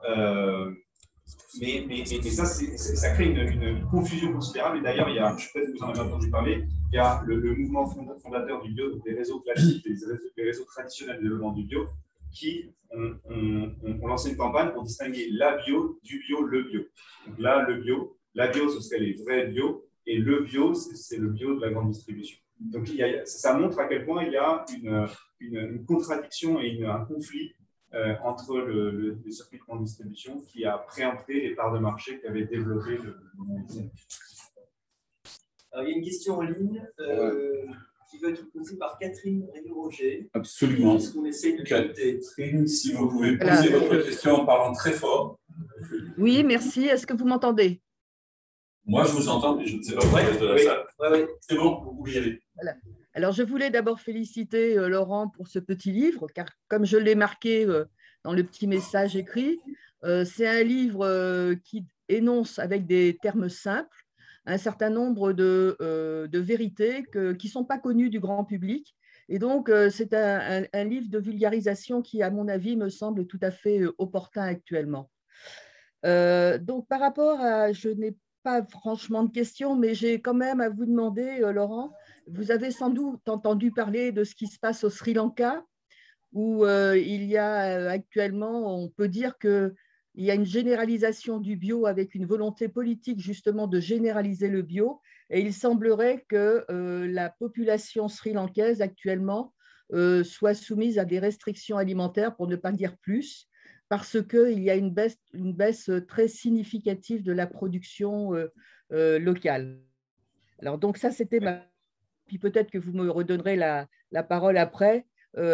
Mais ça crée une confusion considérable. Et d'ailleurs, peut-être que vous en avez entendu parler, il y a le mouvement fondateur du bio, donc les réseaux classiques, les réseaux traditionnels de développement du bio, qui ont lancé une campagne pour distinguer la bio du bio, le bio. Donc là, la bio, ce serait les vrais bio, et le bio, c'est le bio de la grande distribution. Donc ça montre à quel point il y a une contradiction et un conflit entre le circuit de grande distribution qui a préempté les parts de marché qu'avait développé le monde. Alors, il y a une question en ligne qui veut être posée par Catherine Rémy-Roger. Absolument. Est-ce qu'on essaie de Catherine, si vous pouvez poser votre question en parlant très fort. Oui, merci. Est-ce que vous m'entendez? Moi, je vous entends, mais je ne sais pas pourquoi de la salle. Oui. C'est bon, vous pouvez y aller. Voilà. Alors, je voulais d'abord féliciter Laurent pour ce petit livre, car comme je l'ai marqué dans le petit message écrit, c'est un livre qui énonce avec des termes simples un certain nombre de vérités qui ne sont pas connues du grand public. Et donc, c'est un livre de vulgarisation qui, à mon avis, me semble tout à fait opportun actuellement. Donc, par rapport à… Je n'ai pas franchement de questions, mais j'ai quand même à vous demander, Laurent, vous avez sans doute entendu parler de ce qui se passe au Sri Lanka, où il y a actuellement, on peut dire qu'il y a une généralisation du bio avec une volonté politique justement de généraliser le bio. Et il semblerait que la population sri-lankaise actuellement soit soumise à des restrictions alimentaires, pour ne pas dire plus, parce qu'il y a une baisse très significative de la production locale. Alors, donc ça, c'était ma... Puis peut-être que vous me redonnerez la parole après,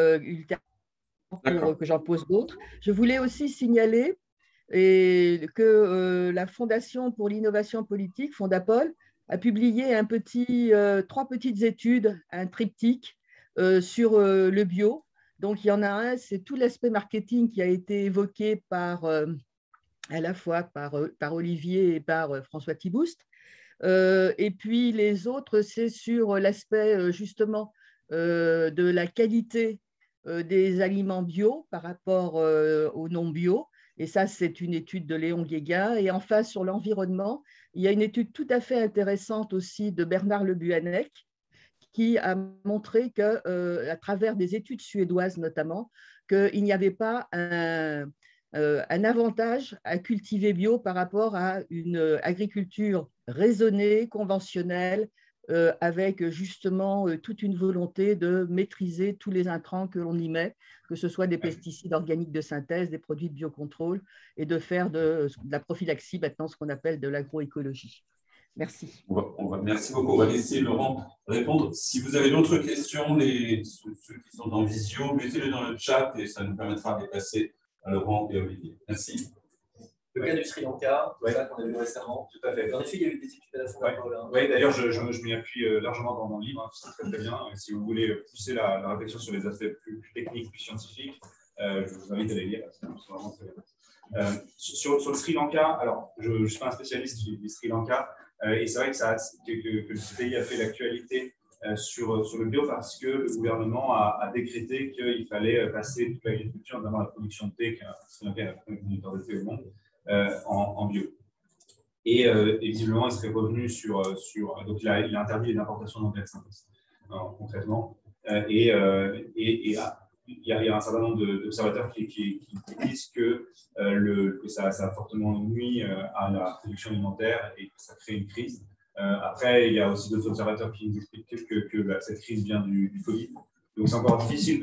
pour que j'en pose d'autres. Je voulais aussi signaler que la Fondation pour l'innovation politique, Fondapol, a publié trois petites études, un triptyque sur le bio. Donc, il y en a un, c'est tout l'aspect marketing qui a été évoqué à la fois par Olivier et par François Thibouste. Et puis, les autres, c'est sur l'aspect justement de la qualité des aliments bio par rapport aux non bio. Et ça, c'est une étude de Léon Guéguin. Et enfin, sur l'environnement, il y a une étude tout à fait intéressante aussi de Bernard Le Buanec, qui a montré qu'à travers des études suédoises notamment, qu'il n'y avait pas un avantage à cultiver bio par rapport à une agriculture raisonnée, conventionnelle, avec justement toute une volonté de maîtriser tous les intrants que l'on y met, que ce soit des pesticides organiques de synthèse, des produits de biocontrôle, et de faire de la prophylaxie maintenant ce qu'on appelle de l'agroécologie. Merci. Merci beaucoup. On va laisser Laurent répondre. Si vous avez d'autres questions, ceux qui sont en visio, mettez-les dans le chat et ça nous permettra de les passer à Laurent et Olivier. Merci. Le cas du Sri Lanka, ça qu'on a vu récemment. Tout à fait. En effet, il y a eu des études à la Fondapol. Oui, d'ailleurs, je m'y appuie largement dans mon livre, c'est très, très bien. Si vous voulez pousser la réflexion sur les aspects plus techniques, plus scientifiques, je vous invite à les lire. C'est vraiment très bien. Sur le Sri Lanka, alors, je ne suis pas un spécialiste du Sri Lanka, et c'est vrai que ce pays a fait l'actualité sur le bio parce que le gouvernement a décrété qu'il fallait passer toute l'agriculture, notamment la production de thé, qui est un Sri Lanka la première producteur de thé au monde, en bio. Et visiblement, il serait revenu sur donc il a interdit les importations d'engrais de synthèse, concrètement. Il y a un certain nombre d'observateurs qui disent que ça a fortement nuit à la production alimentaire et que ça crée une crise. Après, il y a aussi d'autres observateurs qui nous expliquent que cette crise vient du Covid. Donc, c'est encore difficile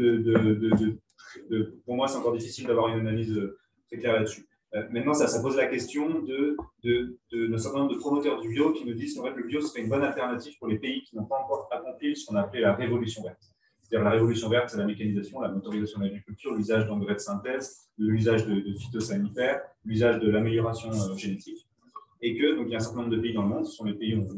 pour moi, c'est encore difficile d'avoir une analyse très claire là-dessus. Maintenant, ça pose la question d'un certain nombre de promoteurs du bio qui nous disent qu'en fait, le bio serait une bonne alternative pour les pays qui n'ont pas encore accompli ce qu'on appelait la révolution verte. C'est-à-dire la révolution verte, c'est la mécanisation, la motorisation de l'agriculture, l'usage d'engrais de synthèse, l'usage de phytosanitaires, l'usage de l'amélioration génétique. Et que, donc, il y a un certain nombre de pays dans le monde, ce sont les pays où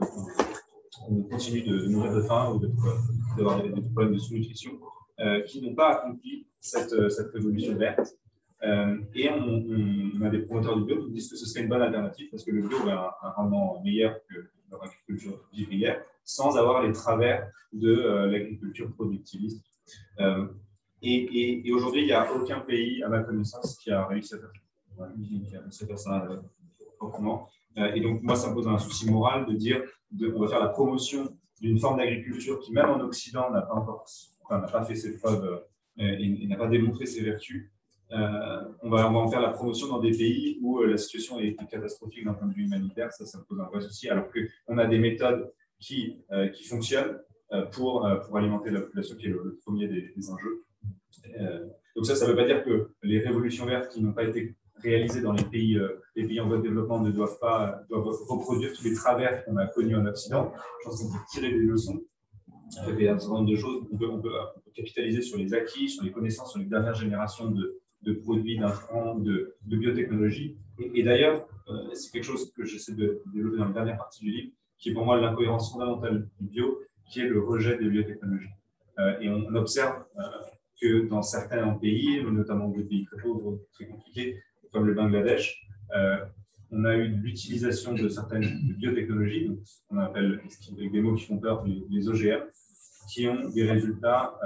on continue de mourir de faim ou d'avoir des problèmes de sous-nutrition, qui n'ont pas accompli cette révolution verte. Et on a des promoteurs du bio qui disent que ce serait une bonne alternative parce que le bio a un rendement meilleur que leur agriculture vivrière sans avoir les travers de l'agriculture productiviste. Et aujourd'hui, il n'y a aucun pays, à ma connaissance, qui a réussi à faire ça proprement. Et donc, moi, ça me pose un souci moral de dire on va faire la promotion d'une forme d'agriculture qui, même en Occident, n'a pas fait ses preuves et n'a pas démontré ses vertus. On va en faire la promotion dans des pays où la situation est catastrophique d'un point de vue humanitaire, ça me pose un vrai souci, alors qu'on a des méthodes qui fonctionnent pour alimenter la population, qui est le premier des enjeux. Donc ça ne veut pas dire que les révolutions vertes qui n'ont pas été réalisées dans les pays en voie de développement doivent reproduire tous les travers qu'on a connus en Occident. Je pense qu'on peut tirer des leçons. Il y a un certain nombre de choses. On peut capitaliser sur les acquis, sur les connaissances, sur les dernières générations de produits, d'intrants, de biotechnologie. Et d'ailleurs, c'est quelque chose que j'essaie de développer dans la dernière partie du livre, qui est pour moi l'incohérence fondamentale du bio, qui est le rejet des biotechnologies. Et on observe que dans certains pays, notamment des pays très pauvres, très compliqués, comme le Bangladesh, on a eu l'utilisation de certaines biotechnologies, donc ce qu'on appelle, avec des mots qui font peur, les OGM, qui ont des résultats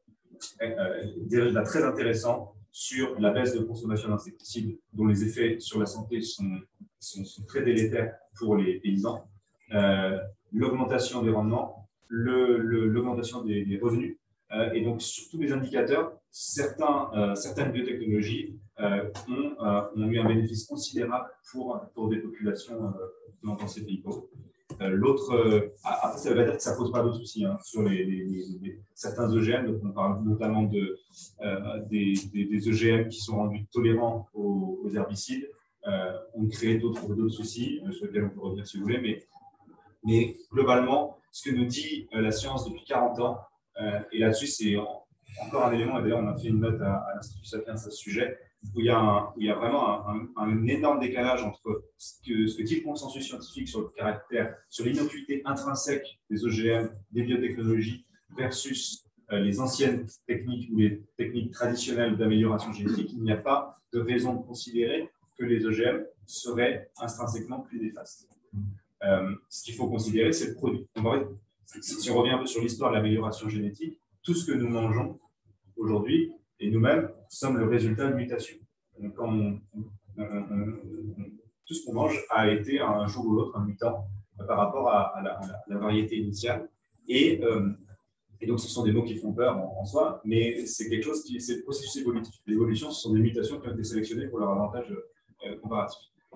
très intéressants sur la baisse de consommation d'insecticides, dont les effets sur la santé sont très délétères pour les paysans, l'augmentation des rendements, l'augmentation des revenus, Et donc, sur tous les indicateurs, certaines biotechnologies ont eu un bénéfice considérable pour des populations dans ces pays pauvres. Après, ça ne veut pas dire que ça ne pose pas de soucis hein, sur certains OGM. Donc on parle notamment des OGM qui sont rendus tolérants aux herbicides. On crée d'autres soucis, sur lesquels on peut revenir si vous voulez. Mais globalement, ce que nous dit la science depuis 40 ans, et là-dessus, c'est encore un élément, et d'ailleurs, on a fait une note à l'Institut Sapiens à ce sujet, où il y a vraiment un énorme décalage entre ce que dit le consensus scientifique sur le caractère, sur l'innocuité intrinsèque des OGM, des biotechnologies, versus les anciennes techniques ou les techniques traditionnelles d'amélioration génétique. Il n'y a pas de raison de considérer que les OGM seraient intrinsèquement plus néfastes. Ce qu'il faut considérer, c'est le produit. Si on revient un peu sur l'histoire de l'amélioration génétique, tout ce que nous mangeons aujourd'hui, et nous-mêmes, sommes le résultat de mutations. Donc, tout ce qu'on mange a été un jour ou l'autre un mutant par rapport à la variété initiale. Et donc, ce sont des mots qui font peur en soi, mais c'est quelque chose qui c'est le processus évolutif. L'évolution, ce sont des mutations qui ont été sélectionnées pour leur avantage comparatif.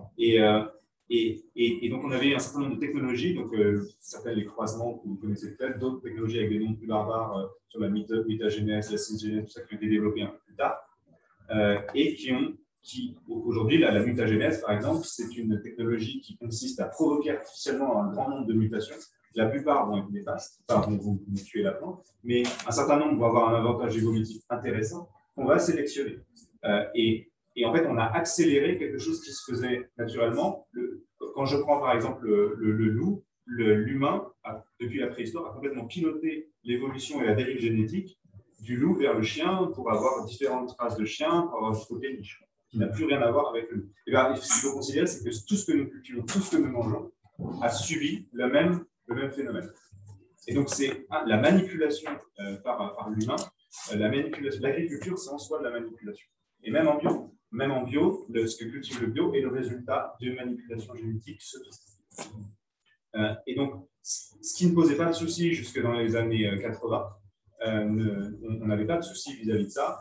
Et donc, on avait un certain nombre de technologies, donc certaines les croisements que vous connaissez peut-être, d'autres technologies avec des noms plus barbares sur la mutagénèse, la cisgénèse, tout ça qui ont été développées un peu plus tard, et qui aujourd'hui, la mutagénèse, par exemple, c'est une technologie qui consiste à provoquer artificiellement un grand nombre de mutations. La plupart vont être néfastes, vont tuer la plante, mais un certain nombre vont avoir un avantage évolutif intéressant qu'on va sélectionner. Et en fait, on a accéléré quelque chose qui se faisait naturellement. Quand je prends par exemple le loup, l'humain, depuis la préhistoire, a complètement piloté l'évolution et la dérive génétique du loup vers le chien pour avoir différentes races de chiens, pour avoir stocké une niche, qui n'a plus rien à voir avec le loup. Et bien, ce qu'il faut considérer, c'est que tout ce que nous cultivons, tout ce que nous mangeons, a subi le même phénomène. Et donc, c'est la manipulation par l'humain. L'agriculture, c'est en soi de la manipulation. Et même en bio, ce que cultive le bio est le résultat d'une manipulation génétique sophistiquée. Et donc, ce qui ne posait pas de souci jusque dans les années 80, on n'avait pas de souci vis-à-vis de ça.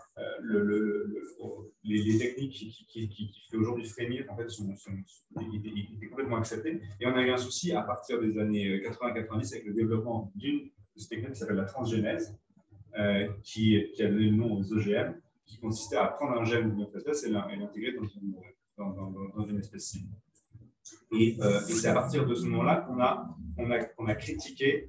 Les techniques qui fait aujourd'hui frémir, en fait, étaient complètement acceptées. Et on a eu un souci à partir des années 80-90 avec le développement d'une technique qui s'appelle la transgénèse, qui a donné le nom aux OGM, qui consistait à prendre un gène d'une autre espèce et l'intégrer dans une espèce cible. Et c'est à partir de ce moment-là qu'on a critiqué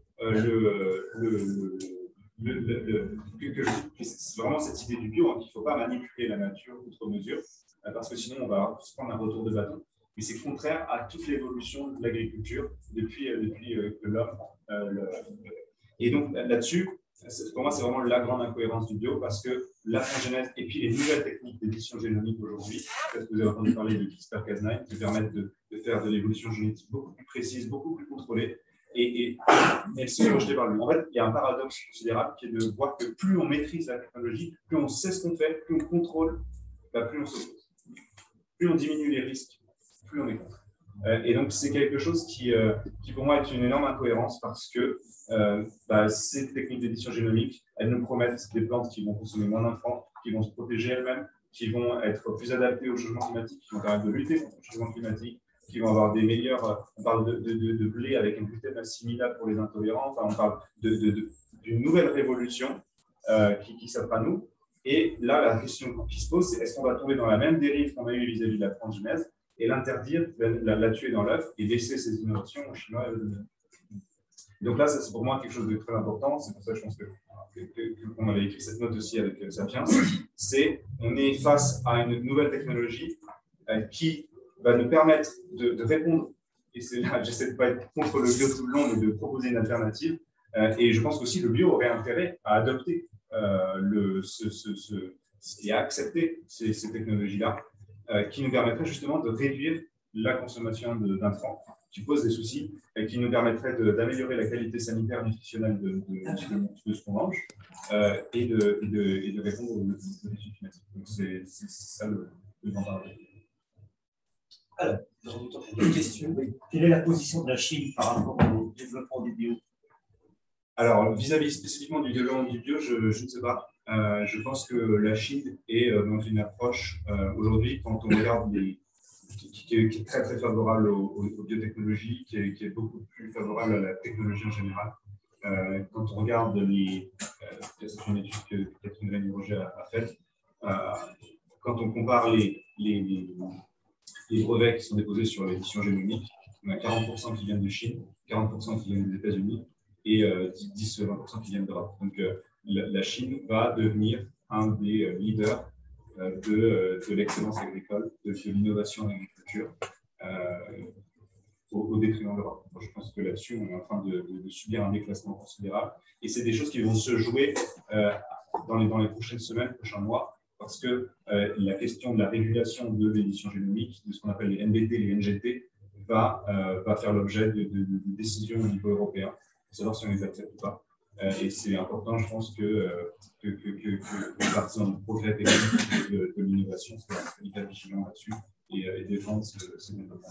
c'est vraiment cette idée du bio, hein, qu'il ne faut pas manipuler la nature outre mesure, parce que sinon on va se prendre un retour de bâton. Mais c'est contraire à toute l'évolution de l'agriculture depuis que l'homme. Et donc là-dessus, pour moi, c'est vraiment la grande incohérence du bio, parce que la transgénèse et puis les nouvelles techniques d'édition génomique aujourd'hui, peut-être que vous avez entendu parler de CRISPR-Cas9, qui permettent de faire de l'évolution génétique beaucoup plus précise, beaucoup plus contrôlée, et elles sont rejetées par lui. En fait, il y a un paradoxe considérable qui est de voir que plus on maîtrise la technologie, plus on sait ce qu'on fait, plus on contrôle, plus on s'oppose. Plus on diminue les risques, plus on est contre. Et donc, c'est quelque chose qui, pour moi, est une énorme incohérence, parce que ces techniques d'édition génomique, elles nous promettent des plantes qui vont consommer moins d'intrants, qui vont se protéger elles-mêmes, qui vont être plus adaptées au changement climatique, qui vont permettre de lutter contre le changement climatique, qui vont avoir des meilleurs. On parle de blé avec un gluten assimilable pour les intolérants. Enfin, on parle d'une nouvelle révolution qui s'offre à nous. Et là, la question qui se pose, c'est est-ce qu'on va tomber dans la même dérive qu'on a eue vis-à-vis de la transgénèse et l'interdire, la tuer dans l'œuf et laisser ces innovations aux Chinois. Donc là, c'est pour moi quelque chose de très important. C'est pour ça que je pense qu'on avait écrit cette note aussi avec Sapiens. On est face à une nouvelle technologie qui va nous permettre de répondre, et c'est là, j'essaie de ne pas être contre le bio tout le long, mais de proposer une alternative. Et je pense qu'aussi le bio aurait intérêt à adopter et à accepter ces technologies-là, qui nous permettraient justement de réduire la consommation d'intrants, qui pose des soucis, et qui nous permettrait d'améliorer la qualité sanitaire et nutritionnelle de ce qu'on mange, et de répondre aux défis climatiques. Donc c'est ça le grand paradoxe. Alors, nous avons du temps pour des questions. Quelle est la position de la Chine par rapport au développement des bio? Alors, vis-à-vis spécifiquement du développement du bio, je ne sais pas. Je pense que la Chine est dans une approche, aujourd'hui, quand on regarde qui est très, très favorable aux biotechnologies, qui est beaucoup plus favorable à la technologie en général. Quand on regarde c'est une étude que Catherine Rémy-Roger a faite, quand on compare les brevets qui sont déposés sur l'édition génomique, on a 40% qui viennent de Chine, 40% qui viennent des États-Unis et 10-20% qui viennent d'Europe. Donc la Chine va devenir un des leaders de l'excellence agricole, de l'innovation en agriculture, au détriment de l'Europe. Je pense que là-dessus, on est en train de subir un déclassement considérable. Et c'est des choses qui vont se jouer dans les prochaines semaines, prochains mois, parce que la question de la régulation de l'édition génomique, de ce qu'on appelle les NBT, les NGT, va faire l'objet de décisions au niveau européen, pour savoir si on les accepte ou pas. Et c'est important, je pense, que les partisans du progrès technique de l'innovation soient hyper vigilants là-dessus et défendent ce développement.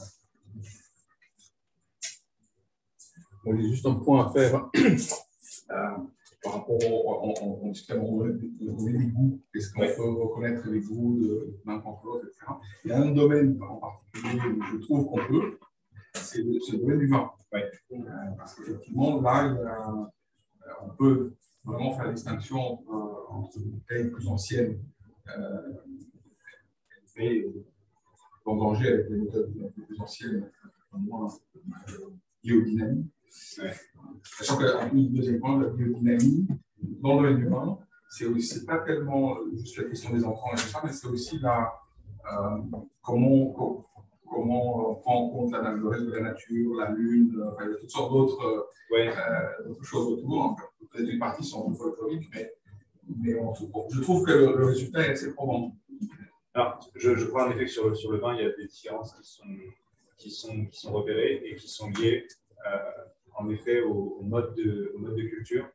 Bon, j'ai juste un point à faire par rapport on discutait des goûts. Est-ce qu'on peut reconnaître les goûts de n'importe l'autre, etc. Il y a un domaine en particulier où je trouve qu'on peut, c'est le domaine du vin. Ouais. Parce qu'effectivement, là, on peut vraiment faire la distinction entre des bouteilles plus anciennes et vendanger avec des méthodes un peu plus anciennes, moins biodynamiques. Ouais. Sachant que le deuxième point, la biodynamie, dans le domaine du vin, c'est pas tellement juste la question des enfants et tout ça, mais c'est aussi comment on prend en compte le reste de la nature, la lune, il y a toutes sortes d'autres choses autour. Peut-être une partie sont folkloriques, mais je trouve que le résultat est assez probant. Alors, je crois en effet que sur le vin, il y a des différences qui sont repérées et qui sont liées en effet au mode de culture.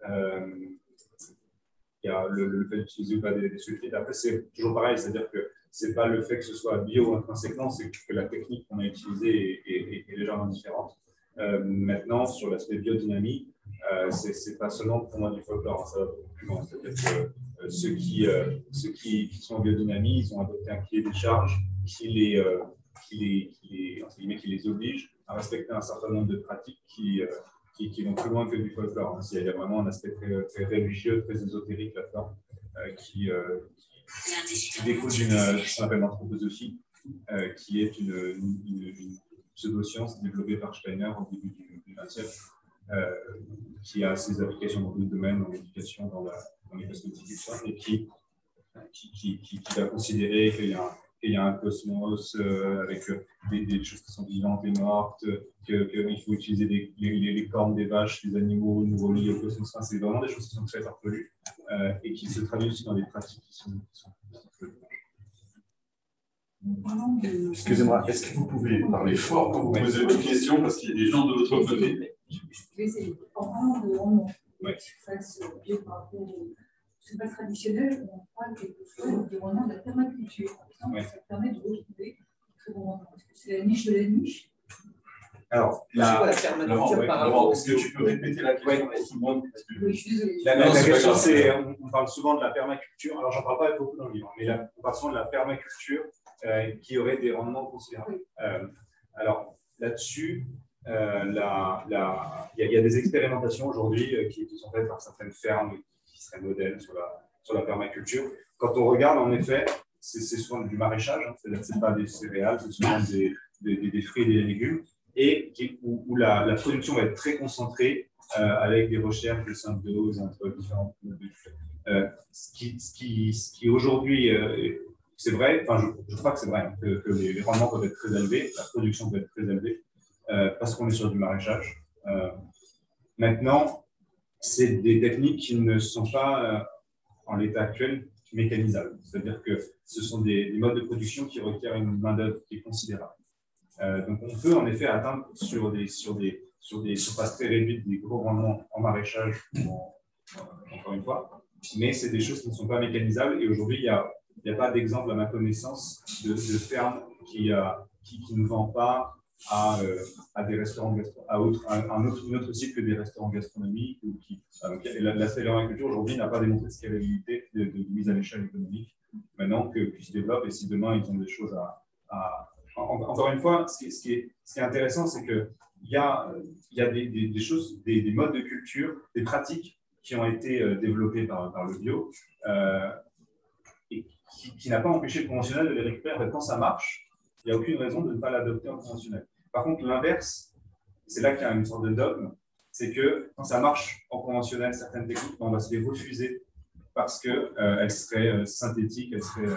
Il y a le fait d'utiliser ou pas des sulfites. Après, c'est toujours pareil, c'est-à-dire que ce n'est pas le fait que ce soit bio intrinsèquement, c'est que la technique qu'on a utilisée est légèrement différente. Maintenant, sur l'aspect biodynamie, c'est pas seulement pour moi du folklore, ça va beaucoup plus loin. C'est-à-dire que ceux qui sont en biodynamie, ils ont adopté un cahier des charges qui les oblige à respecter un certain nombre de pratiques qui vont plus loin que du folklore. Il y a vraiment un aspect très religieux, très ésotérique là-dedans, qui découle d'une ce qu'on appelle l'anthroposophie, qui est une pseudo-science développée par Steiner au début du XXe, qui a ses applications dans d'autres domaines, dans l'éducation, dans les cosmétiques, et qui va considérer qu'il y a un cosmos avec des choses qui sont vivantes et mortes, qu'il faut utiliser les cornes des vaches, des animaux, nous relier au cosmos. Enfin, c'est vraiment des choses qui sont très farfelues et qui se traduisent aussi dans des pratiques qui sont farfelues. Excusez-moi, est-ce que vous pouvez parler fort quand vous posez des questions parce qu'il y a des gens de l'autre côté? Je vais essayer. En parlant de rendement, face bio par rapport au pas traditionnel, on parle quelquefois du rendement de la permaculture. Par exemple, ça permet de retrouver très bon rendement. Est-ce que c'est la niche de la niche? Alors, la permaculture par rapport. Est-ce que tu peux répéter la question pour tout le monde? Oui, je suis désolée. La question, c'est, on parle souvent de la permaculture. Alors, j'en parle pas beaucoup dans le livre, mais on parle souvent de la permaculture qui aurait des rendements considérables. Alors, là-dessus, il y a des expérimentations aujourd'hui qui sont faites par certaines fermes qui seraient modèles sur la permaculture. Quand on regarde, en effet, c'est souvent du maraîchage, c'est-à-dire que ce n'est pas des céréales, c'est souvent des fruits et des légumes, et où la production va être très concentrée avec des recherches de symbiose entre différentes modes. Ce qui aujourd'hui, c'est vrai, enfin je crois que c'est vrai, que les rendements peuvent être très élevés, la production peut être très élevée, parce qu'on est sur du maraîchage. Maintenant, c'est des techniques qui ne sont pas, en l'état actuel, mécanisables. C'est-à-dire que ce sont des modes de production qui requièrent une main-d'œuvre qui est considérable. Donc, on peut en effet atteindre sur des surfaces très réduites des gros rendements en maraîchage, encore une fois, mais c'est des choses qui ne sont pas mécanisables. Et aujourd'hui, il n'y a pas d'exemple, à ma connaissance, de ferme qui ne vend pas à des restaurants une autre cible que des restaurants gastronomiques. L'aspect de l'agriculture aujourd'hui n'a pas démontré de scalabilité de mise à l'échelle économique. Maintenant qu'ils se développent, et si demain ils ont des choses encore une fois, ce qui est intéressant, c'est qu'il y a des choses, des modes de culture, des pratiques qui ont été développées par le bio et qui n'a pas empêché le conventionnel de les récupérer. En fait, quand ça marche, il n'y a aucune raison de ne pas l'adopter en conventionnel. Par contre, l'inverse, c'est là qu'il y a une sorte de dogme, c'est que quand ça marche en conventionnel, certaines techniques, on va se les refuser parce qu'elles seraient synthétiques, elles seraient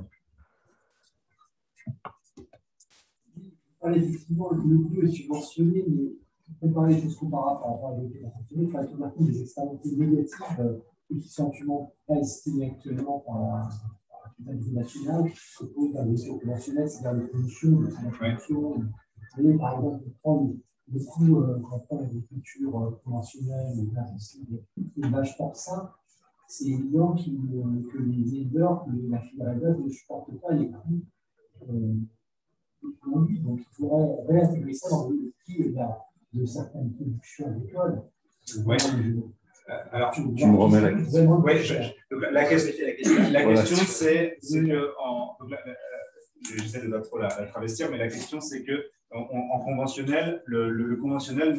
effectivement, le bio est subventionné, mais on peut parler des choses comparables par rapport à il faut être marqué des externalités négatives qui sont absolument pas estimées actuellement par la vie nationale, que pour la vision conventionnelle, c'est-à-dire les pollutions, la pollution. Vous voyez, par exemple, quand on prend l'agriculture conventionnelle, l'élevage porcin, c'est évident que les éleveurs, la filière élevage ne supportent pas les coûts produits. Donc, il faudrait réintégrer ça dans le prix de certaines productions agricoles. Oui. Alors, tu me remets la question. Oui, la question, c'est que, j'essaie de ne pas trop la travestir, mais la question, c'est que en conventionnel, le conventionnel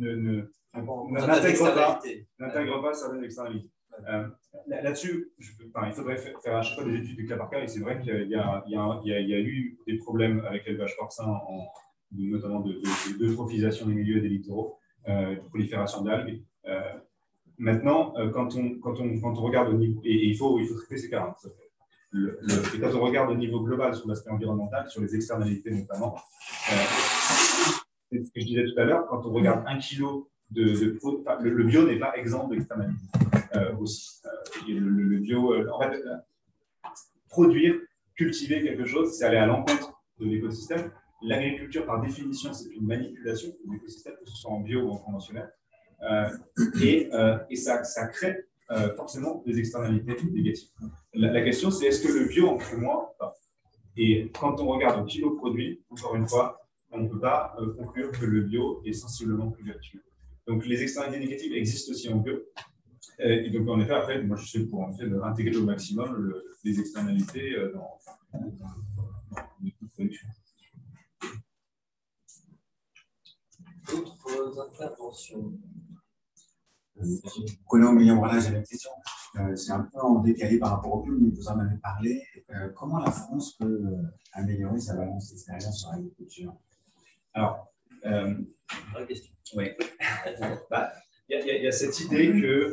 n'intègre pas certaines externalités. Là-dessus, il faudrait faire à chaque fois des études du cas par cas, et c'est vrai qu'il y a eu des problèmes avec l'élevage porcin, notamment d'eutrophisation des milieux et des littoraux, de prolifération d'algues. Maintenant, quand on regarde au niveau, et il faut traiter ces cas, et quand on regarde au niveau global sur l'aspect environnemental, sur les externalités notamment, c'est ce que je disais tout à l'heure, quand on regarde 1 kilo le bio n'est pas exempt d'externalités aussi. Le bio, en fait, produire, cultiver quelque chose, c'est aller à l'encontre de l'écosystème. L'agriculture, par définition, c'est une manipulation de l'écosystème, que ce soit en bio ou en conventionnel. Et ça crée forcément des externalités négatives. La question, c'est est-ce que le bio en crée moins ou pas? Et quand on regarde au kilo produit, encore une fois, on ne peut pas conclure que le bio est sensiblement plus vertueux. Donc les externalités négatives existent aussi en bio. Et donc en effet, après, moi je suis pour en fait intégrer au maximum les externalités dans les coûts de production. D'autres interventions? Colin Million, voilà, j'avais une question. C'est un peu en décalé par rapport au bio, mais vous en avez parlé. Comment la France peut améliorer sa balance d'expérience sur l'agriculture? Alors, vraie question. Oui. Il y a cette idée que,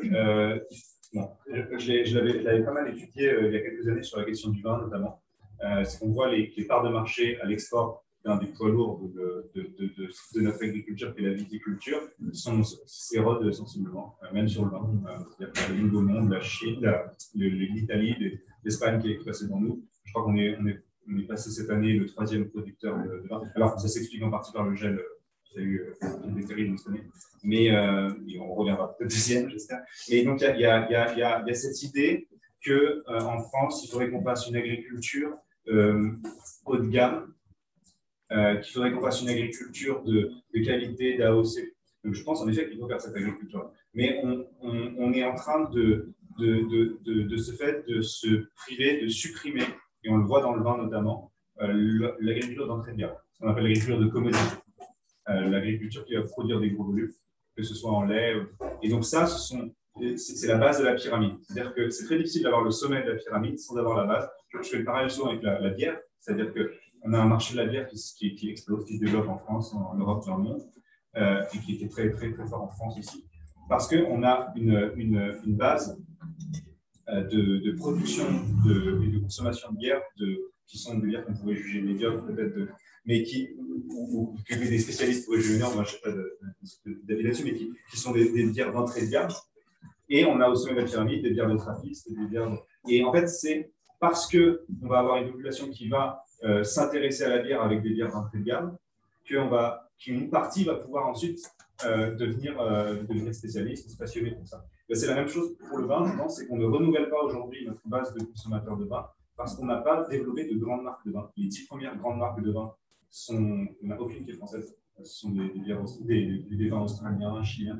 je l'avais pas mal étudié il y a quelques années sur la question du vin notamment, c'est qu'on voit les parts de marché à l'export d'un des poids lourds de notre agriculture, qui est la viticulture, s'érodent sensiblement, même sur le vin. C'est-à-dire que le Nouveau Monde, la Chine, l'Italie, l'Espagne qui est passée devant nous. Je crois qu'on est passé cette année le 3e producteur de vin. Alors, ça s'explique en partie par le gel. Il y a eu des terribles cette année. Mais on reviendra peut-être deuxième, j'espère. Et donc, il y a cette idée qu'en France, il faudrait qu'on fasse une agriculture haut de gamme, qu'il faudrait qu'on fasse une agriculture de qualité, d'AOC. Donc, je pense en effet qu'il faut faire cette agriculture. Mais on est en train de ce fait de se priver, de supprimer, et on le voit dans le vin notamment, l'agriculture d'entrée de gamme, ce qu'on appelle l'agriculture de commodité. L'agriculture qui va produire des gros volumes, que ce soit en lait. Et donc ça, c'est la base de la pyramide. C'est-à-dire que c'est très difficile d'avoir le sommet de la pyramide sans avoir la base. Je fais le parallèle souvent avec la bière, c'est-à-dire qu'on a un marché de la bière qui explose, qui se développe en France, en Europe, dans le monde, et qui était très, très, très fort en France aussi, parce qu'on a une base de production et de consommation de bière qui sont des bières qu'on pourrait juger médiocres, peut-être, mais que des spécialistes pourraient juger énormes, moi je ne sais pas d'avis là-dessus, mais qui sont des bières d'entrée de gamme. Et on a au sommet de la pyramide des bières de trappistes, des bières. Et en fait, c'est parce qu'on va avoir une population qui va s'intéresser à la bière avec des bières d'entrée de gamme, qu'une partie va pouvoir ensuite devenir spécialiste, se passionner pour ça. C'est la même chose pour le vin, je pense, c'est qu'on ne renouvelle pas aujourd'hui notre base de consommateurs de vin parce qu'on n'a pas développé de grandes marques de vin. Les 10 premières grandes marques de vin on n'a aucune qui est française. Ce sont des vins australiens, chiliens.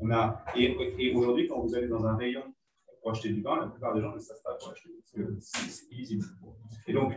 Et aujourd'hui, quand vous allez dans un rayon pour acheter du vin, la plupart des gens ne savent pas pour acheter, parce que c'est illisible. Et donc,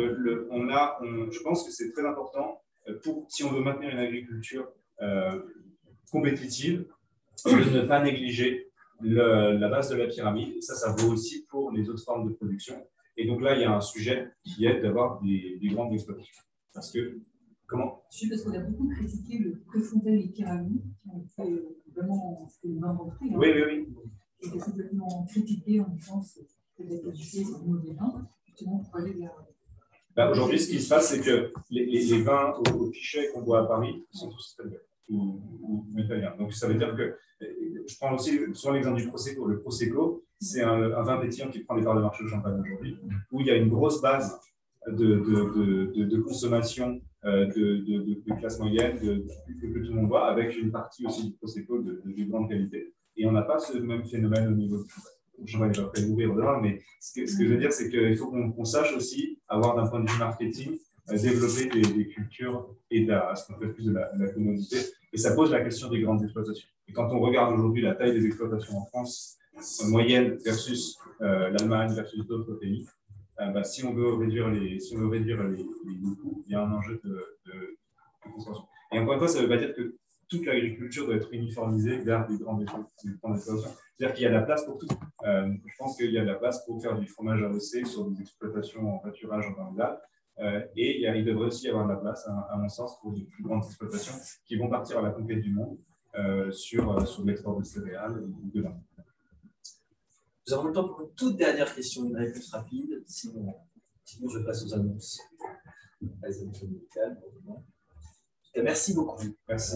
je pense que c'est très important, si on veut maintenir une agriculture compétitive, de ne pas négliger la base de la pyramide. Et ça vaut aussi pour les autres formes de production. Et donc là, il y a un sujet qui est d'avoir des grandes exploitations. Parce que, comment? Je sais parce qu'on a beaucoup critiqué le Préfontaine et Pyramide, qui ont fait vraiment ce que nous avons montré. Oui, oui, oui. Qui était complètement critiqué en disant que c'était qualifié sur le mauvais vin, justement pour aller vers. Aujourd'hui, ce qui se passe, c'est que les vins au pichet qu'on boit à Paris sont tous espagnols ou italiens. Donc ça veut dire que, je prends aussi souvent l'exemple du Prosecco. Le Prosecco, c'est un vin pétillant qui prend les parts de marché au champagne aujourd'hui, où il y a une grosse base de consommation de classe moyenne que tout le monde voit, avec une partie aussi du Prosecco de grande qualité. Et on n'a pas ce même phénomène au niveau du champagne. Le champagne va après ouvrir demain, mais ce que je veux dire, c'est qu'il faut qu'on sache aussi avoir d'un point de vue marketing, développer des cultures et ce qu'on fait plus de la commodité. Et ça pose la question des grandes exploitations. Et quand on regarde aujourd'hui la taille des exploitations en France, en moyenne versus l'Allemagne versus d'autres pays, si on veut réduire les coûts, il y a un enjeu de consommation. Et encore une fois, ça ne veut pas dire que toute l'agriculture doit être uniformisée vers des grandes exploitations. C'est-à-dire qu'il y a de la place pour tout. Je pense qu'il y a de la place pour faire du fromage AOC sur des exploitations en pâturage en Bangladesh. Et il devrait aussi y avoir de la place, à mon sens, pour de plus grandes exploitations qui vont partir à la conquête du monde sur l'export de céréales ou de vin. Nous avons le temps pour une toute dernière question, une réponse rapide. Sinon je passe aux annonces. Les annonces médicales, pour demain. Merci beaucoup. Merci.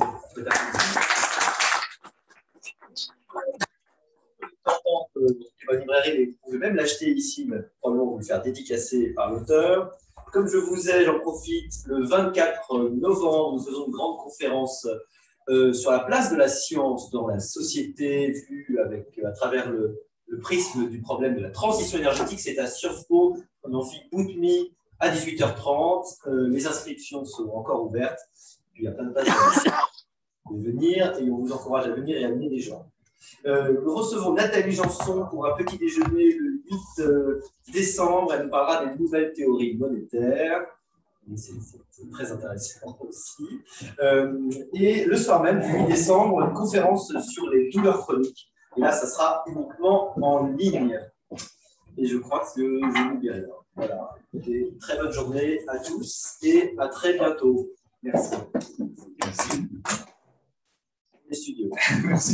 La librairie, vous pouvez même l'acheter ici, mais probablement vous le faire dédicacer par l'auteur. Comme je vous ai, j'en profite, le 24 novembre, nous faisons une grande conférence sur la place de la science dans la société, vue à travers le prisme du problème de la transition énergétique. C'est à Sciences Po, en amphi Boutmi, à 18h30. Les inscriptions sont encore ouvertes. Puis, il y a plein de places de venir et on vous encourage à venir et à amener des gens. Nous recevons Nathalie Janson pour un petit déjeuner le 8 décembre. Elle nous parlera des nouvelles théories monétaires. C'est très intéressant aussi. Et le soir même, du 8 décembre, une conférence sur les douleurs chroniques. Et là, ça sera uniquement en ligne. Et je crois que je vous dirai. Voilà. Et très bonne journée à tous et à très bientôt. Merci. Merci. Les studios. Merci.